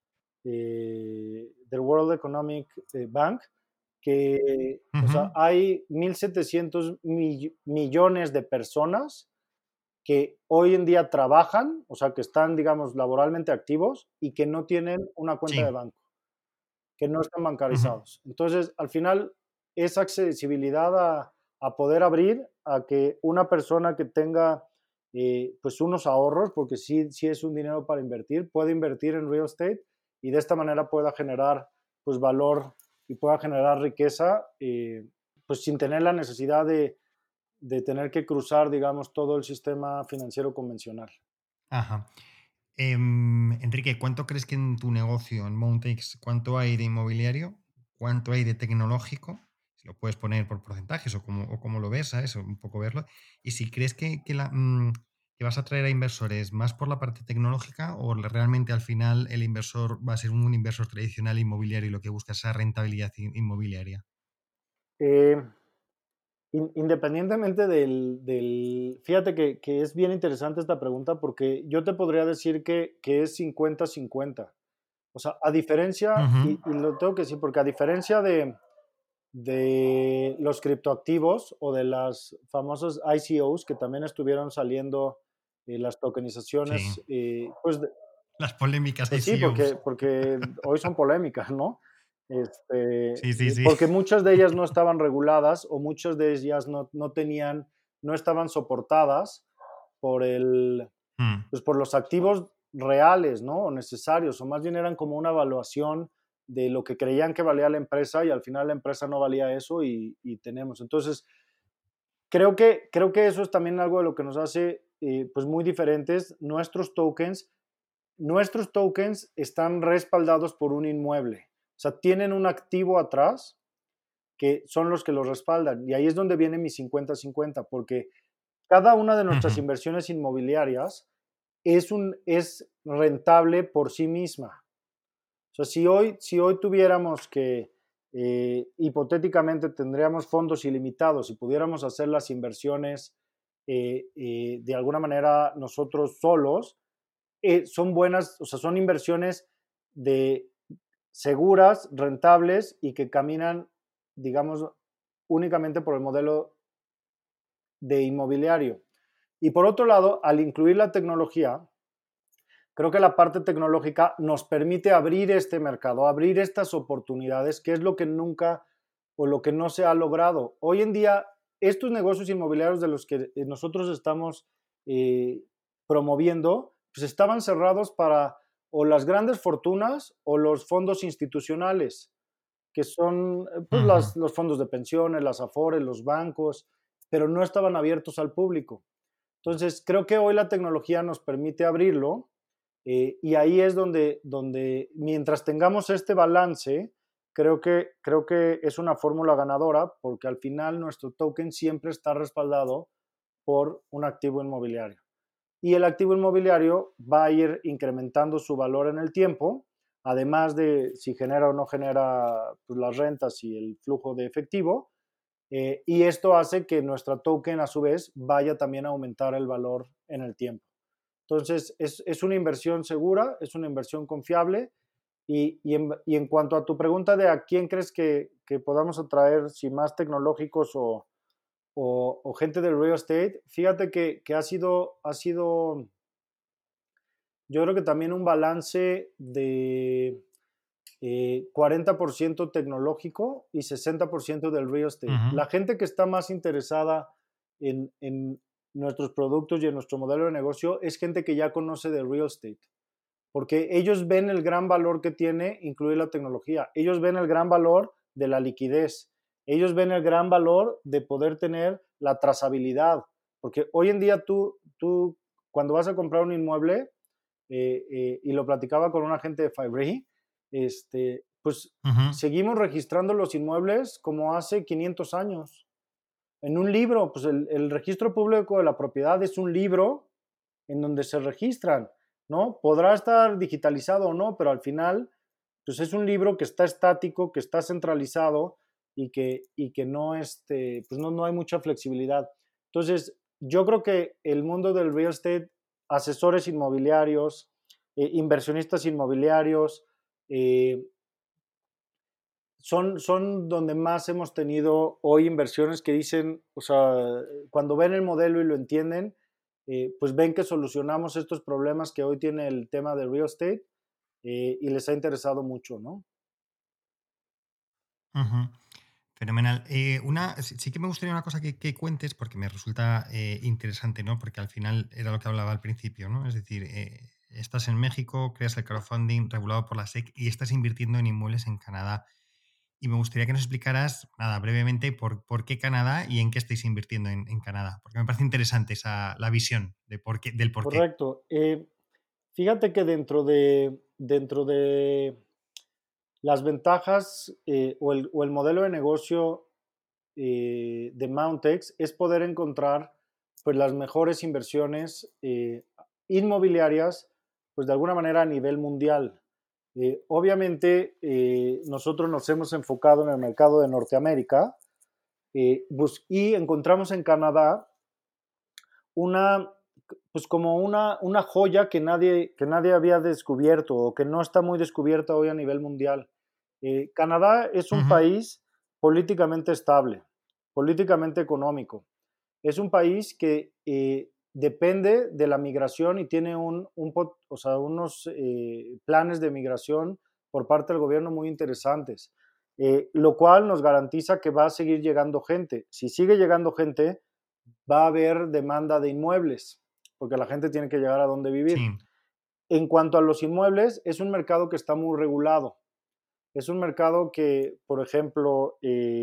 del World Economic Bank, que, o Ujú. sea, hay 1.700 millones de personas que hoy en día trabajan, o sea, que están, digamos, laboralmente activos y que no tienen una cuenta de Sí. banco, que no están Ujú. bancarizados. Entonces, al final, esa accesibilidad a poder abrir a que una persona que tenga pues unos ahorros, porque sí es un dinero para invertir, puede invertir en real estate y de esta manera pueda generar pues valor y pueda generar riqueza, pues sin tener la necesidad de tener que cruzar, digamos, todo el sistema financiero convencional. Ajá. Enrique, ¿cuánto crees que en tu negocio, en Mountex, cuánto hay de inmobiliario? ¿Cuánto hay de tecnológico? Si lo puedes poner por porcentajes o cómo lo ves, ¿sabes? Un poco verlo. Y si crees que vas a traer a inversores más por la parte tecnológica o realmente al final el inversor va a ser un inversor tradicional inmobiliario y lo que busca es esa rentabilidad inmobiliaria. Eh, Independientemente fíjate que es bien interesante esta pregunta porque yo te podría decir que es 50-50. O sea, a diferencia, Ujú. y lo tengo que decir, porque a diferencia de los criptoactivos o de las famosas ICOs que también estuvieron saliendo, las Sí. tokenizaciones, pues Las polémicas pues sí, ICOs. porque hoy son polémicas, ¿no? Sí, sí, sí. Porque muchas de ellas no estaban reguladas o muchas de ellas no tenían, no estaban soportadas por Mm, pues por los activos reales, ¿no? O necesarios, o más bien eran como una evaluación de lo que creían que valía la empresa y al final la empresa no valía eso y tenemos. Entonces, creo que eso es también algo de lo que nos hace pues muy diferentes. Nuestros tokens están respaldados por un inmueble. O sea, tienen un activo atrás que son los que los respaldan. Y ahí es donde viene mi 50-50, porque cada una de nuestras ujú, inversiones inmobiliarias es rentable por sí misma. O sea, si hoy tuviéramos que, hipotéticamente tendríamos fondos ilimitados y pudiéramos hacer las inversiones de alguna manera nosotros solos, son buenas, o sea, son inversiones de seguras, rentables y que caminan, digamos, únicamente por el modelo de inmobiliario. Y por otro lado, al incluir la tecnología, creo que la parte tecnológica nos permite abrir este mercado, abrir estas oportunidades, que es lo que nunca o lo que no se ha logrado. Hoy en día, estos negocios inmobiliarios de los que nosotros estamos eh, promoviendo, pues estaban cerrados para o las grandes fortunas o los fondos institucionales, que son pues ujú. los fondos de pensiones, las afores, los bancos, pero no estaban abiertos al público. Entonces, creo que hoy la tecnología nos permite abrirlo y ahí es donde, mientras tengamos este balance, creo que es una fórmula ganadora porque al final nuestro token siempre está respaldado por un activo inmobiliario. Y el activo inmobiliario va a ir incrementando su valor en el tiempo, además de si genera o no genera pues, las rentas y el flujo de efectivo. Y esto hace que nuestra token, a su vez, vaya también a aumentar el valor en el tiempo. Entonces, es una inversión segura, es una inversión confiable. Y en cuanto a tu pregunta de a quién crees que podamos atraer, si más tecnológicos o gente del real estate, fíjate que ha sido, yo creo que también un balance de 40% tecnológico y 60% del real estate. Ujú, La gente que está más interesada en nuestros productos y en nuestro modelo de negocio es gente que ya conoce de real estate, porque ellos ven el gran valor que tiene incluir la tecnología, ellos ven el gran valor de la liquidez, ellos ven el gran valor de poder tener la trazabilidad, porque hoy en día tú cuando vas a comprar un inmueble, y lo platicaba con un agente de Fiverr, pues ujú. seguimos registrando los inmuebles como hace 500 años. En un libro, pues el registro público de la propiedad es un libro en donde se registran, ¿no? Podrá estar digitalizado o no, pero al final, pues es un libro que está estático, que está centralizado y que no, pues no hay mucha flexibilidad. Entonces, yo creo que el mundo del real estate, asesores inmobiliarios, inversionistas inmobiliarios, eh, son donde más hemos tenido hoy inversiones que dicen, o sea, cuando ven el modelo y lo entienden, pues ven que solucionamos estos problemas que hoy tiene el tema de real estate y les ha interesado mucho, ¿no? Ujú. Fenomenal. Sí que me gustaría una cosa que cuentes porque me resulta interesante, ¿no? Porque al final era lo que hablaba al principio, ¿no? Es decir, estás en México, creas el crowdfunding regulado por la SEC y estás invirtiendo en inmuebles en Canadá. Y me gustaría que nos explicaras, nada, brevemente, por qué Canadá y en qué estáis invirtiendo en Canadá. Porque me parece interesante la visión del por qué. Correcto. Fíjate que dentro de las ventajas o el modelo de negocio de Mountex es poder encontrar pues, las mejores inversiones inmobiliarias, pues de alguna manera a nivel mundial. Obviamente, nosotros nos hemos enfocado en el mercado de Norteamérica y encontramos en Canadá una, pues como una joya que nadie había descubierto o que no está muy descubierta hoy a nivel mundial. Canadá es un Ujú. país políticamente estable, políticamente económico. Es un país que depende de la migración y tiene o sea, unos planes de migración por parte del gobierno muy interesantes, lo cual nos garantiza que va a seguir llegando gente. Si sigue llegando gente, va a haber demanda de inmuebles, porque la gente tiene que llegar a donde vivir. Sí. En cuanto a los inmuebles, es un mercado que está muy regulado. Es un mercado que, por ejemplo,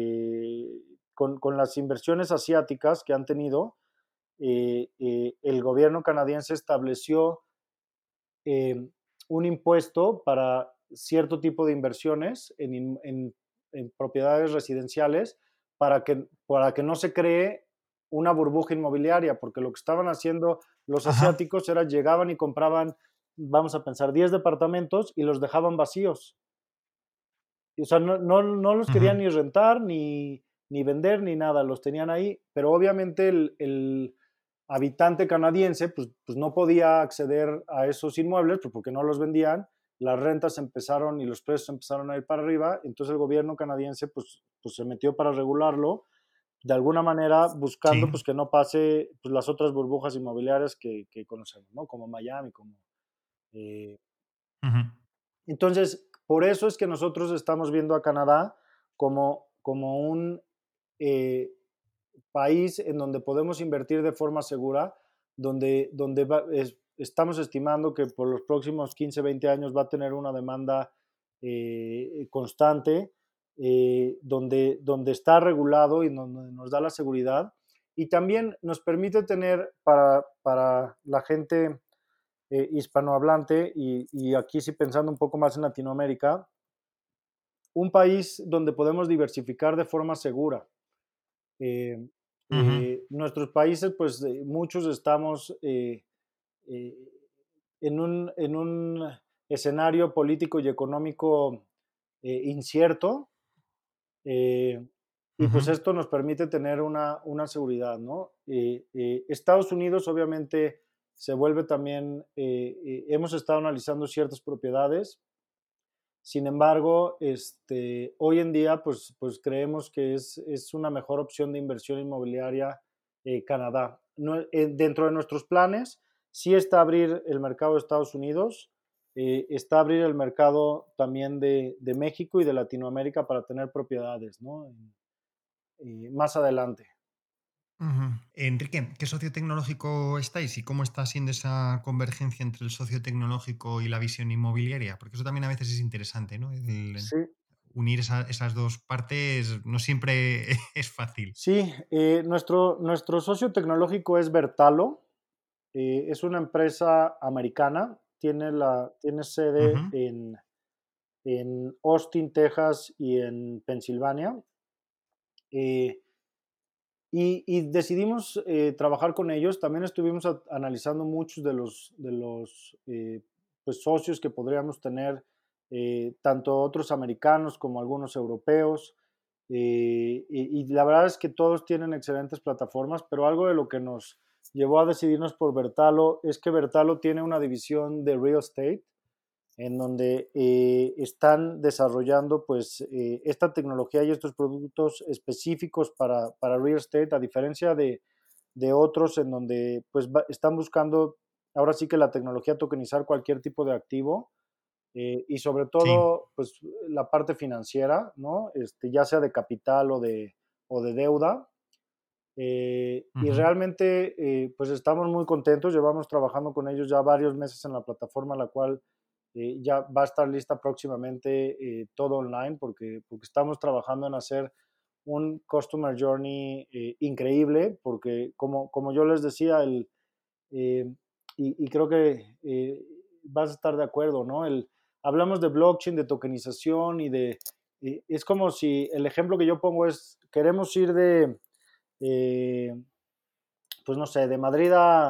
con las inversiones asiáticas que han tenido, el gobierno canadiense estableció eh, un impuesto para cierto tipo de inversiones en propiedades residenciales para que no se cree una burbuja inmobiliaria, porque lo que estaban haciendo los Ajá. asiáticos era llegaban y compraban, vamos a pensar, 10 departamentos y los dejaban vacíos. O sea, no los Ujú. querían ni rentar, ni vender, ni nada, los tenían ahí, pero obviamente el habitante canadiense pues no podía acceder a esos inmuebles pues porque no los vendían, las rentas empezaron y los precios empezaron a ir para arriba, entonces el gobierno canadiense pues se metió para regularlo, de alguna manera Sí. buscando pues que no pase pues, las otras burbujas inmobiliarias que conocemos, ¿no? Como Miami, como eh, Ujú. entonces, por eso es que nosotros estamos viendo a Canadá como un eh, país en donde podemos invertir de forma segura, donde estamos estimando que por los próximos 15, 20 años va a tener una demanda constante, donde está regulado y donde nos da la seguridad. Y también nos permite tener para la gente hispanohablante y aquí sí pensando un poco más en Latinoamérica, un país donde podemos diversificar de forma segura. Eh, Ujú. Nuestros países, pues muchos estamos eh, en un escenario político y económico incierto, eh, y Ujú. pues esto nos permite tener una seguridad, ¿no? Estados Unidos obviamente se vuelve también, hemos estado analizando ciertas propiedades. Sin embargo, hoy en día, pues creemos que es una mejor opción de inversión inmobiliaria Canadá. Dentro de nuestros planes, sí está abrir el mercado de Estados Unidos, está abrir el mercado también de México y de Latinoamérica para tener propiedades, ¿no? Más adelante. Ujú. Enrique, ¿qué socio tecnológico estáis y cómo está siendo esa convergencia entre el socio tecnológico y la visión inmobiliaria? Porque eso también a veces es interesante, ¿no? Sí, Unir esas dos partes no siempre es fácil. sí, nuestro socio tecnológico es Vertalo. Es una empresa americana, tiene Ujú. sede en Austin, Texas y en Pensilvania. Eh, y decidimos trabajar con ellos. También estuvimos analizando muchos de los pues, socios que podríamos tener, tanto otros americanos como algunos europeos. Y la verdad es que todos tienen excelentes plataformas, pero algo de lo que nos llevó a decidirnos por Vertalo es que Vertalo tiene una división de real estate en donde están desarrollando pues esta tecnología y estos productos específicos para real estate, a diferencia de otros en donde pues están buscando ahora sí que la tecnología tokenizar cualquier tipo de activo y sobre Sí. todo pues la parte financiera, ¿no? Ya sea de capital o de deuda. Y Ujú. realmente pues estamos muy contentos, llevamos trabajando con ellos ya varios meses en la plataforma, la cual ya va a estar lista próximamente todo online porque estamos trabajando en hacer un Customer Journey increíble, porque como yo les decía, eh, y creo que vas a estar de acuerdo, ¿no? Hablamos de blockchain, de tokenización es como si el ejemplo que yo pongo es, queremos ir eh, pues no sé, de Madrid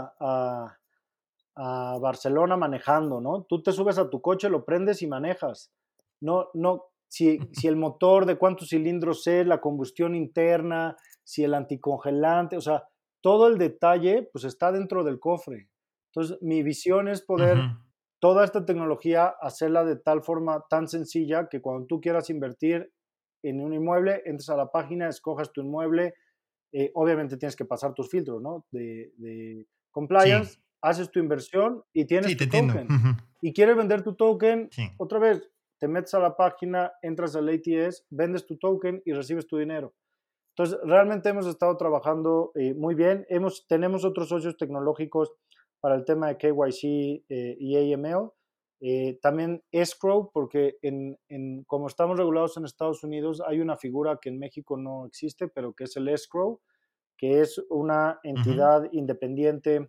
a Barcelona manejando, ¿no? Tú te subes a tu coche, lo prendes y manejas. No, si el motor, de cuántos cilindros es, la combustión interna, si el anticongelante, o sea, todo el detalle, pues está dentro del cofre. Entonces, mi visión es poder Ujú. toda esta tecnología hacerla de tal forma tan sencilla que cuando tú quieras invertir en un inmueble, entres a la página, escojas tu inmueble, obviamente tienes que pasar tus filtros, ¿no? De Sí, compliance, haces tu inversión y tienes sí, te tu entiendo. token. Ujú. Y quieres vender tu token, Sí, otra vez, te metes a la página, entras al ATS, vendes tu token y recibes tu dinero. Entonces, realmente hemos estado trabajando muy bien. Tenemos otros socios tecnológicos para el tema de KYC y AML. También escrow, porque como estamos regulados en Estados Unidos, hay una figura que en México no existe, pero que es el escrow, que es una ujú, entidad independiente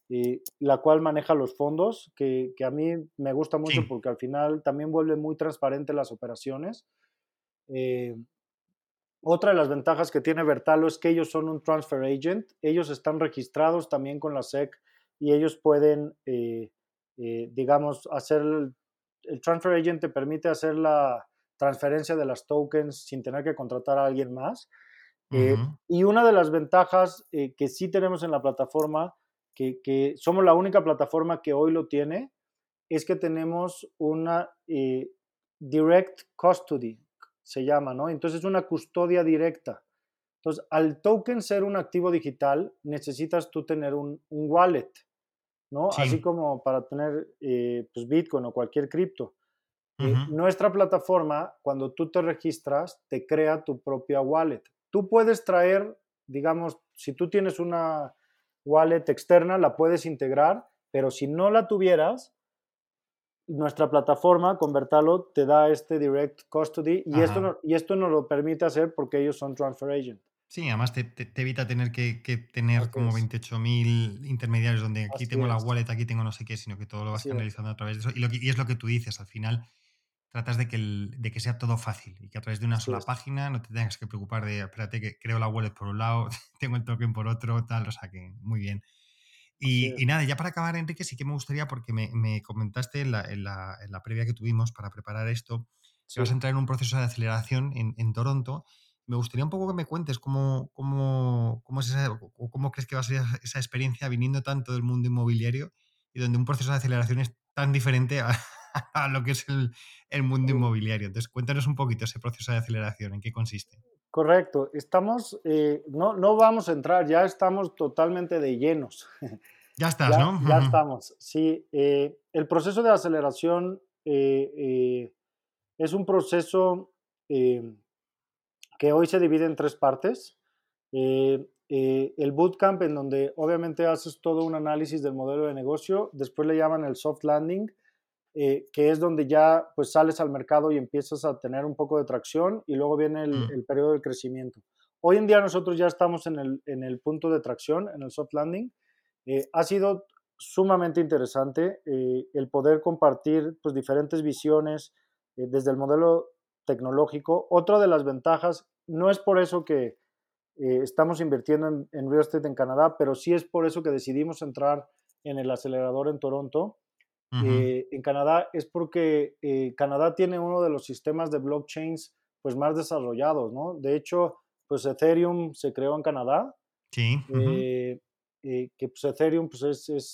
la cual maneja los fondos, que a mí me gusta mucho sí, porque al final también vuelve muy transparente las operaciones. Eh, Otra de las ventajas que tiene Vertalo es que ellos son un transfer agent, ellos están registrados también con la SEC y ellos pueden, digamos, el transfer agent te permite hacer la transferencia de las tokens sin tener que contratar a alguien más. ujú, Y una de las ventajas que sí tenemos en la plataforma, que somos la única plataforma que hoy lo tiene, es que tenemos una direct custody, se llama, ¿no? Entonces es una custodia directa. Entonces, al token ser un activo digital, necesitas tú tener un wallet, ¿no? sí, Así como para tener pues Bitcoin o cualquier cripto. ujú, Nuestra plataforma, cuando tú te registras, te crea tu propia wallet. Tú puedes traer, digamos, si tú tienes una wallet externa, la puedes integrar, pero si no la tuvieras, nuestra plataforma, Convertalo, te da este direct custody ajá. y esto nos lo permite hacer porque ellos son transfer agent. Sí, además te evita tener que tener Así como es, 28.000 intermediarios donde aquí así tengo la es, wallet, aquí tengo no sé qué, sino que todo lo vas así es, canalizando a través de eso. Y es lo que tú dices, al final tratas de que sea todo fácil y que a través de una así sola es, página no te tengas que preocupar de, espérate, que creo la wallet por un lado, tengo el token por otro, tal, o sea que muy bien. así Y es. nada, ya para acabar, Enrique, sí que me gustaría, porque me comentaste en la previa que tuvimos para preparar esto, que vas a Sí. entrar en un proceso de aceleración en Toronto. Me gustaría un poco que me cuentes cómo es esa, o cómo crees que va a ser esa experiencia viniendo tanto del mundo inmobiliario y donde un proceso de aceleración es tan diferente a, a lo que es el mundo Sí. inmobiliario. Entonces, cuéntanos un poquito ese proceso de aceleración, en qué consiste. Correcto, no vamos a entrar, ya estamos totalmente de llenos. Ya estás, ¿no? Ya Ujú. estamos, sí. El proceso de aceleración es un proceso eh, que hoy se divide en tres partes. El bootcamp, en donde obviamente haces todo un análisis del modelo de negocio, después le llaman el soft landing, que es donde ya pues sales al mercado y empiezas a tener un poco de tracción y luego viene Mm, el periodo de crecimiento. Hoy en día nosotros ya estamos en el punto de tracción, en el soft landing. Ha sido sumamente interesante el poder compartir pues, diferentes visiones desde el modelo tecnológico. Otra de las ventajas, no es por eso que estamos invirtiendo en real estate en Canadá, pero sí es por eso que decidimos entrar en el acelerador en Toronto ujú. en Canadá es porque Canadá tiene uno de los sistemas de blockchains pues más desarrollados, ¿no? De hecho, pues Ethereum se creó en Canadá, Sí. Ujú. eh, que pues Ethereum pues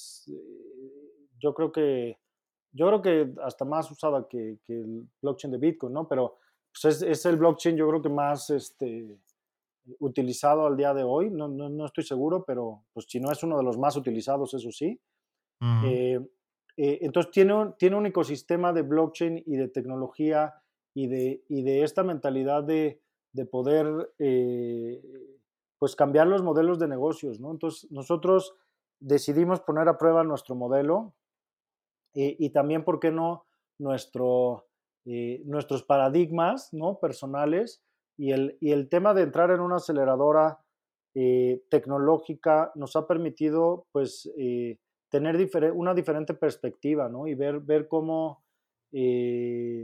yo creo que hasta más usada que el blockchain de Bitcoin, ¿no? Pero pues es el blockchain yo creo que más utilizado al día de hoy, no estoy seguro, pero pues si no es uno de los más utilizados, eso sí. Ujú. Eh, entonces tiene un ecosistema de blockchain y de tecnología y de esta mentalidad de poder pues cambiar los modelos de negocios, ¿no? Entonces nosotros decidimos poner a prueba nuestro modelo y también, ¿por qué no?, nuestros paradigmas, ¿no?, personales y el tema de entrar en una aceleradora tecnológica nos ha permitido, pues, tener una diferente perspectiva, ¿no? Y ver cómo el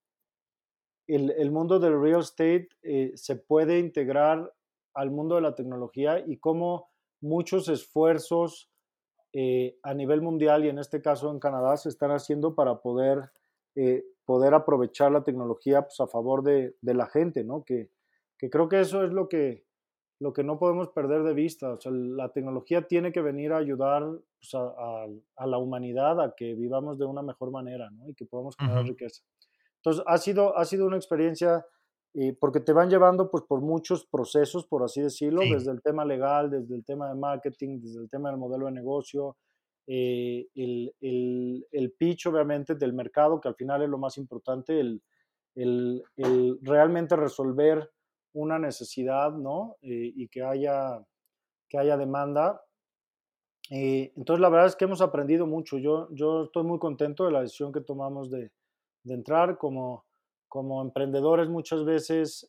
mundo del real estate se puede integrar al mundo de la tecnología y cómo muchos esfuerzos a nivel mundial y en este caso en Canadá se están haciendo para poder aprovechar la tecnología pues, a favor de la gente, ¿no? Que creo que eso es lo que no podemos perder de vista. O sea, la tecnología tiene que venir a ayudar pues, a la humanidad a que vivamos de una mejor manera, ¿no? Y que podamos generar riqueza. Entonces, ha sido una experiencia porque te van llevando pues, por muchos procesos, por así decirlo, Sí. desde el tema legal, desde el tema de marketing, desde el tema del modelo de negocio, el pitch, obviamente, del mercado, que al final es lo más importante, el realmente resolver una necesidad, ¿no? Y que haya demanda. Entonces, la verdad es que hemos aprendido mucho. Yo estoy muy contento de la decisión que tomamos de entrar como emprendedores muchas veces.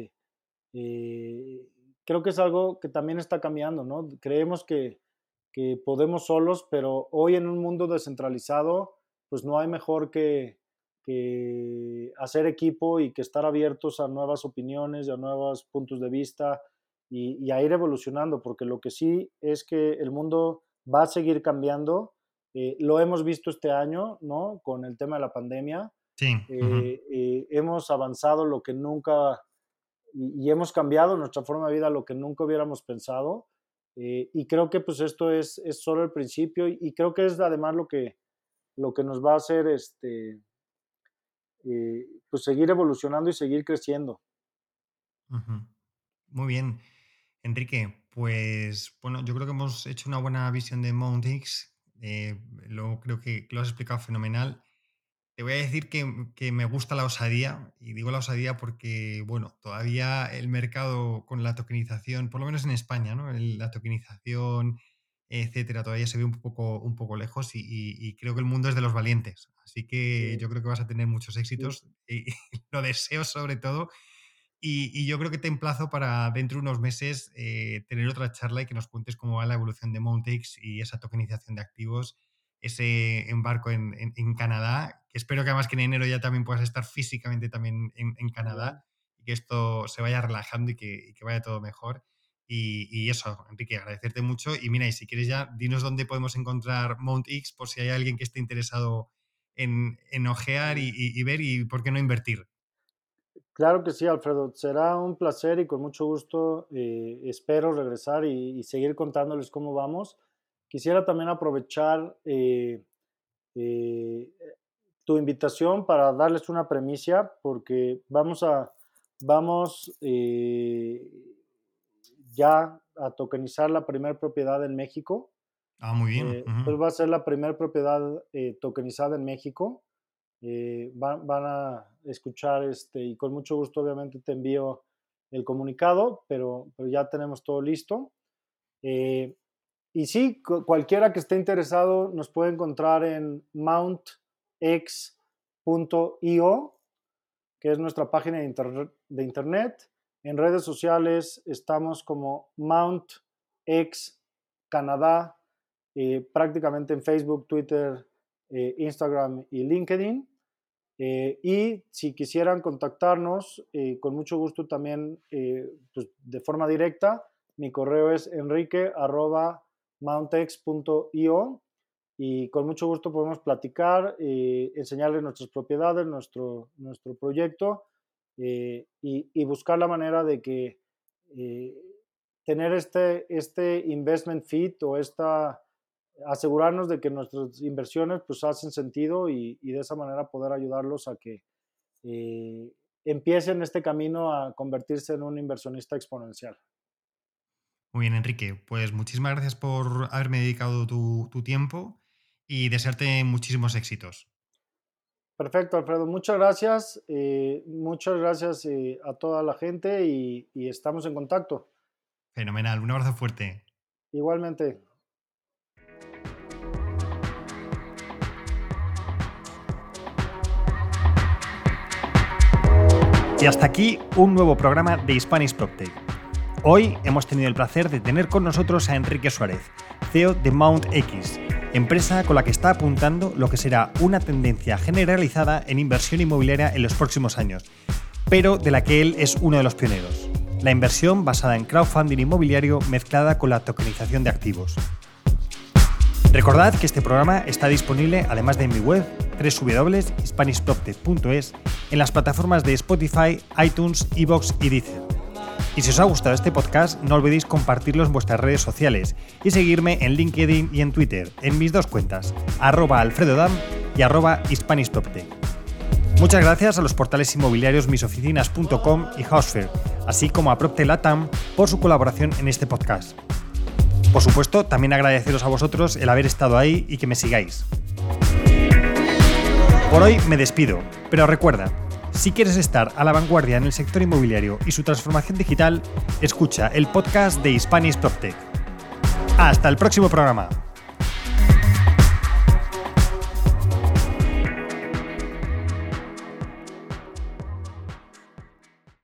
Creo que es algo que también está cambiando, ¿no? Creemos que podemos solos, pero hoy en un mundo descentralizado, pues no hay mejor que hacer equipo y que estar abiertos a nuevas opiniones y a nuevos puntos de vista y a ir evolucionando, porque lo que sí es que el mundo va a seguir cambiando. Lo hemos visto este año, ¿no? Con el tema de la pandemia. Sí. Hemos avanzado lo que nunca y hemos cambiado nuestra forma de vida lo que nunca hubiéramos pensado. Y creo que pues esto es solo el principio y creo que es además lo que nos va a hacer pues seguir evolucionando y seguir creciendo. Muy bien, Enrique. Pues bueno, yo creo que hemos hecho una buena visión de MountX. Luego creo que lo has explicado fenomenal. Te voy a decir que me gusta la osadía, y digo la osadía porque, bueno, todavía el mercado con la tokenización, por lo menos en España, ¿no? La tokenización, etcétera, todavía se ve un poco lejos y creo que el mundo es de los valientes. Así que Sí, yo creo que vas a tener muchos sí, éxitos y lo deseo sobre todo. Y yo creo que te emplazo para dentro de unos meses tener otra charla y que nos cuentes cómo va la evolución de MountX y esa tokenización de activos, ese embarco en Canadá, que espero que además que en enero ya también puedas estar físicamente también en muy bien. Canadá y que esto se vaya relajando y que vaya todo mejor. Y eso, Enrique, agradecerte mucho. Y mira, y si quieres ya, dinos dónde podemos encontrar MountX por si hay alguien que esté interesado en ojear y ver y por qué no invertir. Claro que sí, Alfredo. Será un placer y con mucho gusto espero regresar y seguir contándoles cómo vamos. Quisiera también aprovechar eh, tu invitación para darles una premisa, porque vamos ya a tokenizar la primera propiedad en México. Ah, muy bien. Entonces va a ser la primera propiedad tokenizada en México. Van a escuchar y con mucho gusto obviamente te envío el comunicado, pero ya tenemos todo listo. Y sí, cualquiera que esté interesado nos puede encontrar en mountx.io, que es nuestra página de internet. En redes sociales estamos como MountX Canadá, prácticamente en Facebook, Twitter, Instagram y LinkedIn. Y si quisieran contactarnos, con mucho gusto también pues de forma directa, mi correo es enrique@mountx.io y con mucho gusto podemos platicar, enseñarles nuestras propiedades, nuestro proyecto y buscar la manera de que tener este investment fit o asegurarnos de que nuestras inversiones pues hacen sentido y de esa manera poder ayudarlos a que empiecen este camino a convertirse en un inversionista exponencial. Muy bien, Enrique. Pues muchísimas gracias por haberme dedicado tu tiempo y desearte muchísimos éxitos. Perfecto, Alfredo. Muchas gracias a toda la gente y estamos en contacto. Fenomenal. Un abrazo fuerte. Igualmente. Y hasta aquí un nuevo programa de Spanish PropTech. Hoy hemos tenido el placer de tener con nosotros a Enrique Suárez, CEO de MountX, empresa con la que está apuntando lo que será una tendencia generalizada en inversión inmobiliaria en los próximos años, pero de la que él es uno de los pioneros. La inversión basada en crowdfunding inmobiliario mezclada con la tokenización de activos. Recordad que este programa está disponible, además de en mi web, www.hispanishproptech.es, en las plataformas de Spotify, iTunes, iVoox y Deezer. Y si os ha gustado este podcast, no olvidéis compartirlo en vuestras redes sociales y seguirme en LinkedIn y en Twitter, en mis dos cuentas, @alfredodam y @hispanishproptech. Muchas gracias a los portales inmobiliarios misoficinas.com y Housefair, así como a Proptech Latam por su colaboración en este podcast. Por supuesto, también agradeceros a vosotros el haber estado ahí y que me sigáis. Por hoy me despido, pero recuerda, si quieres estar a la vanguardia en el sector inmobiliario y su transformación digital, escucha el podcast de Spanish PropTech. ¡Hasta el próximo programa!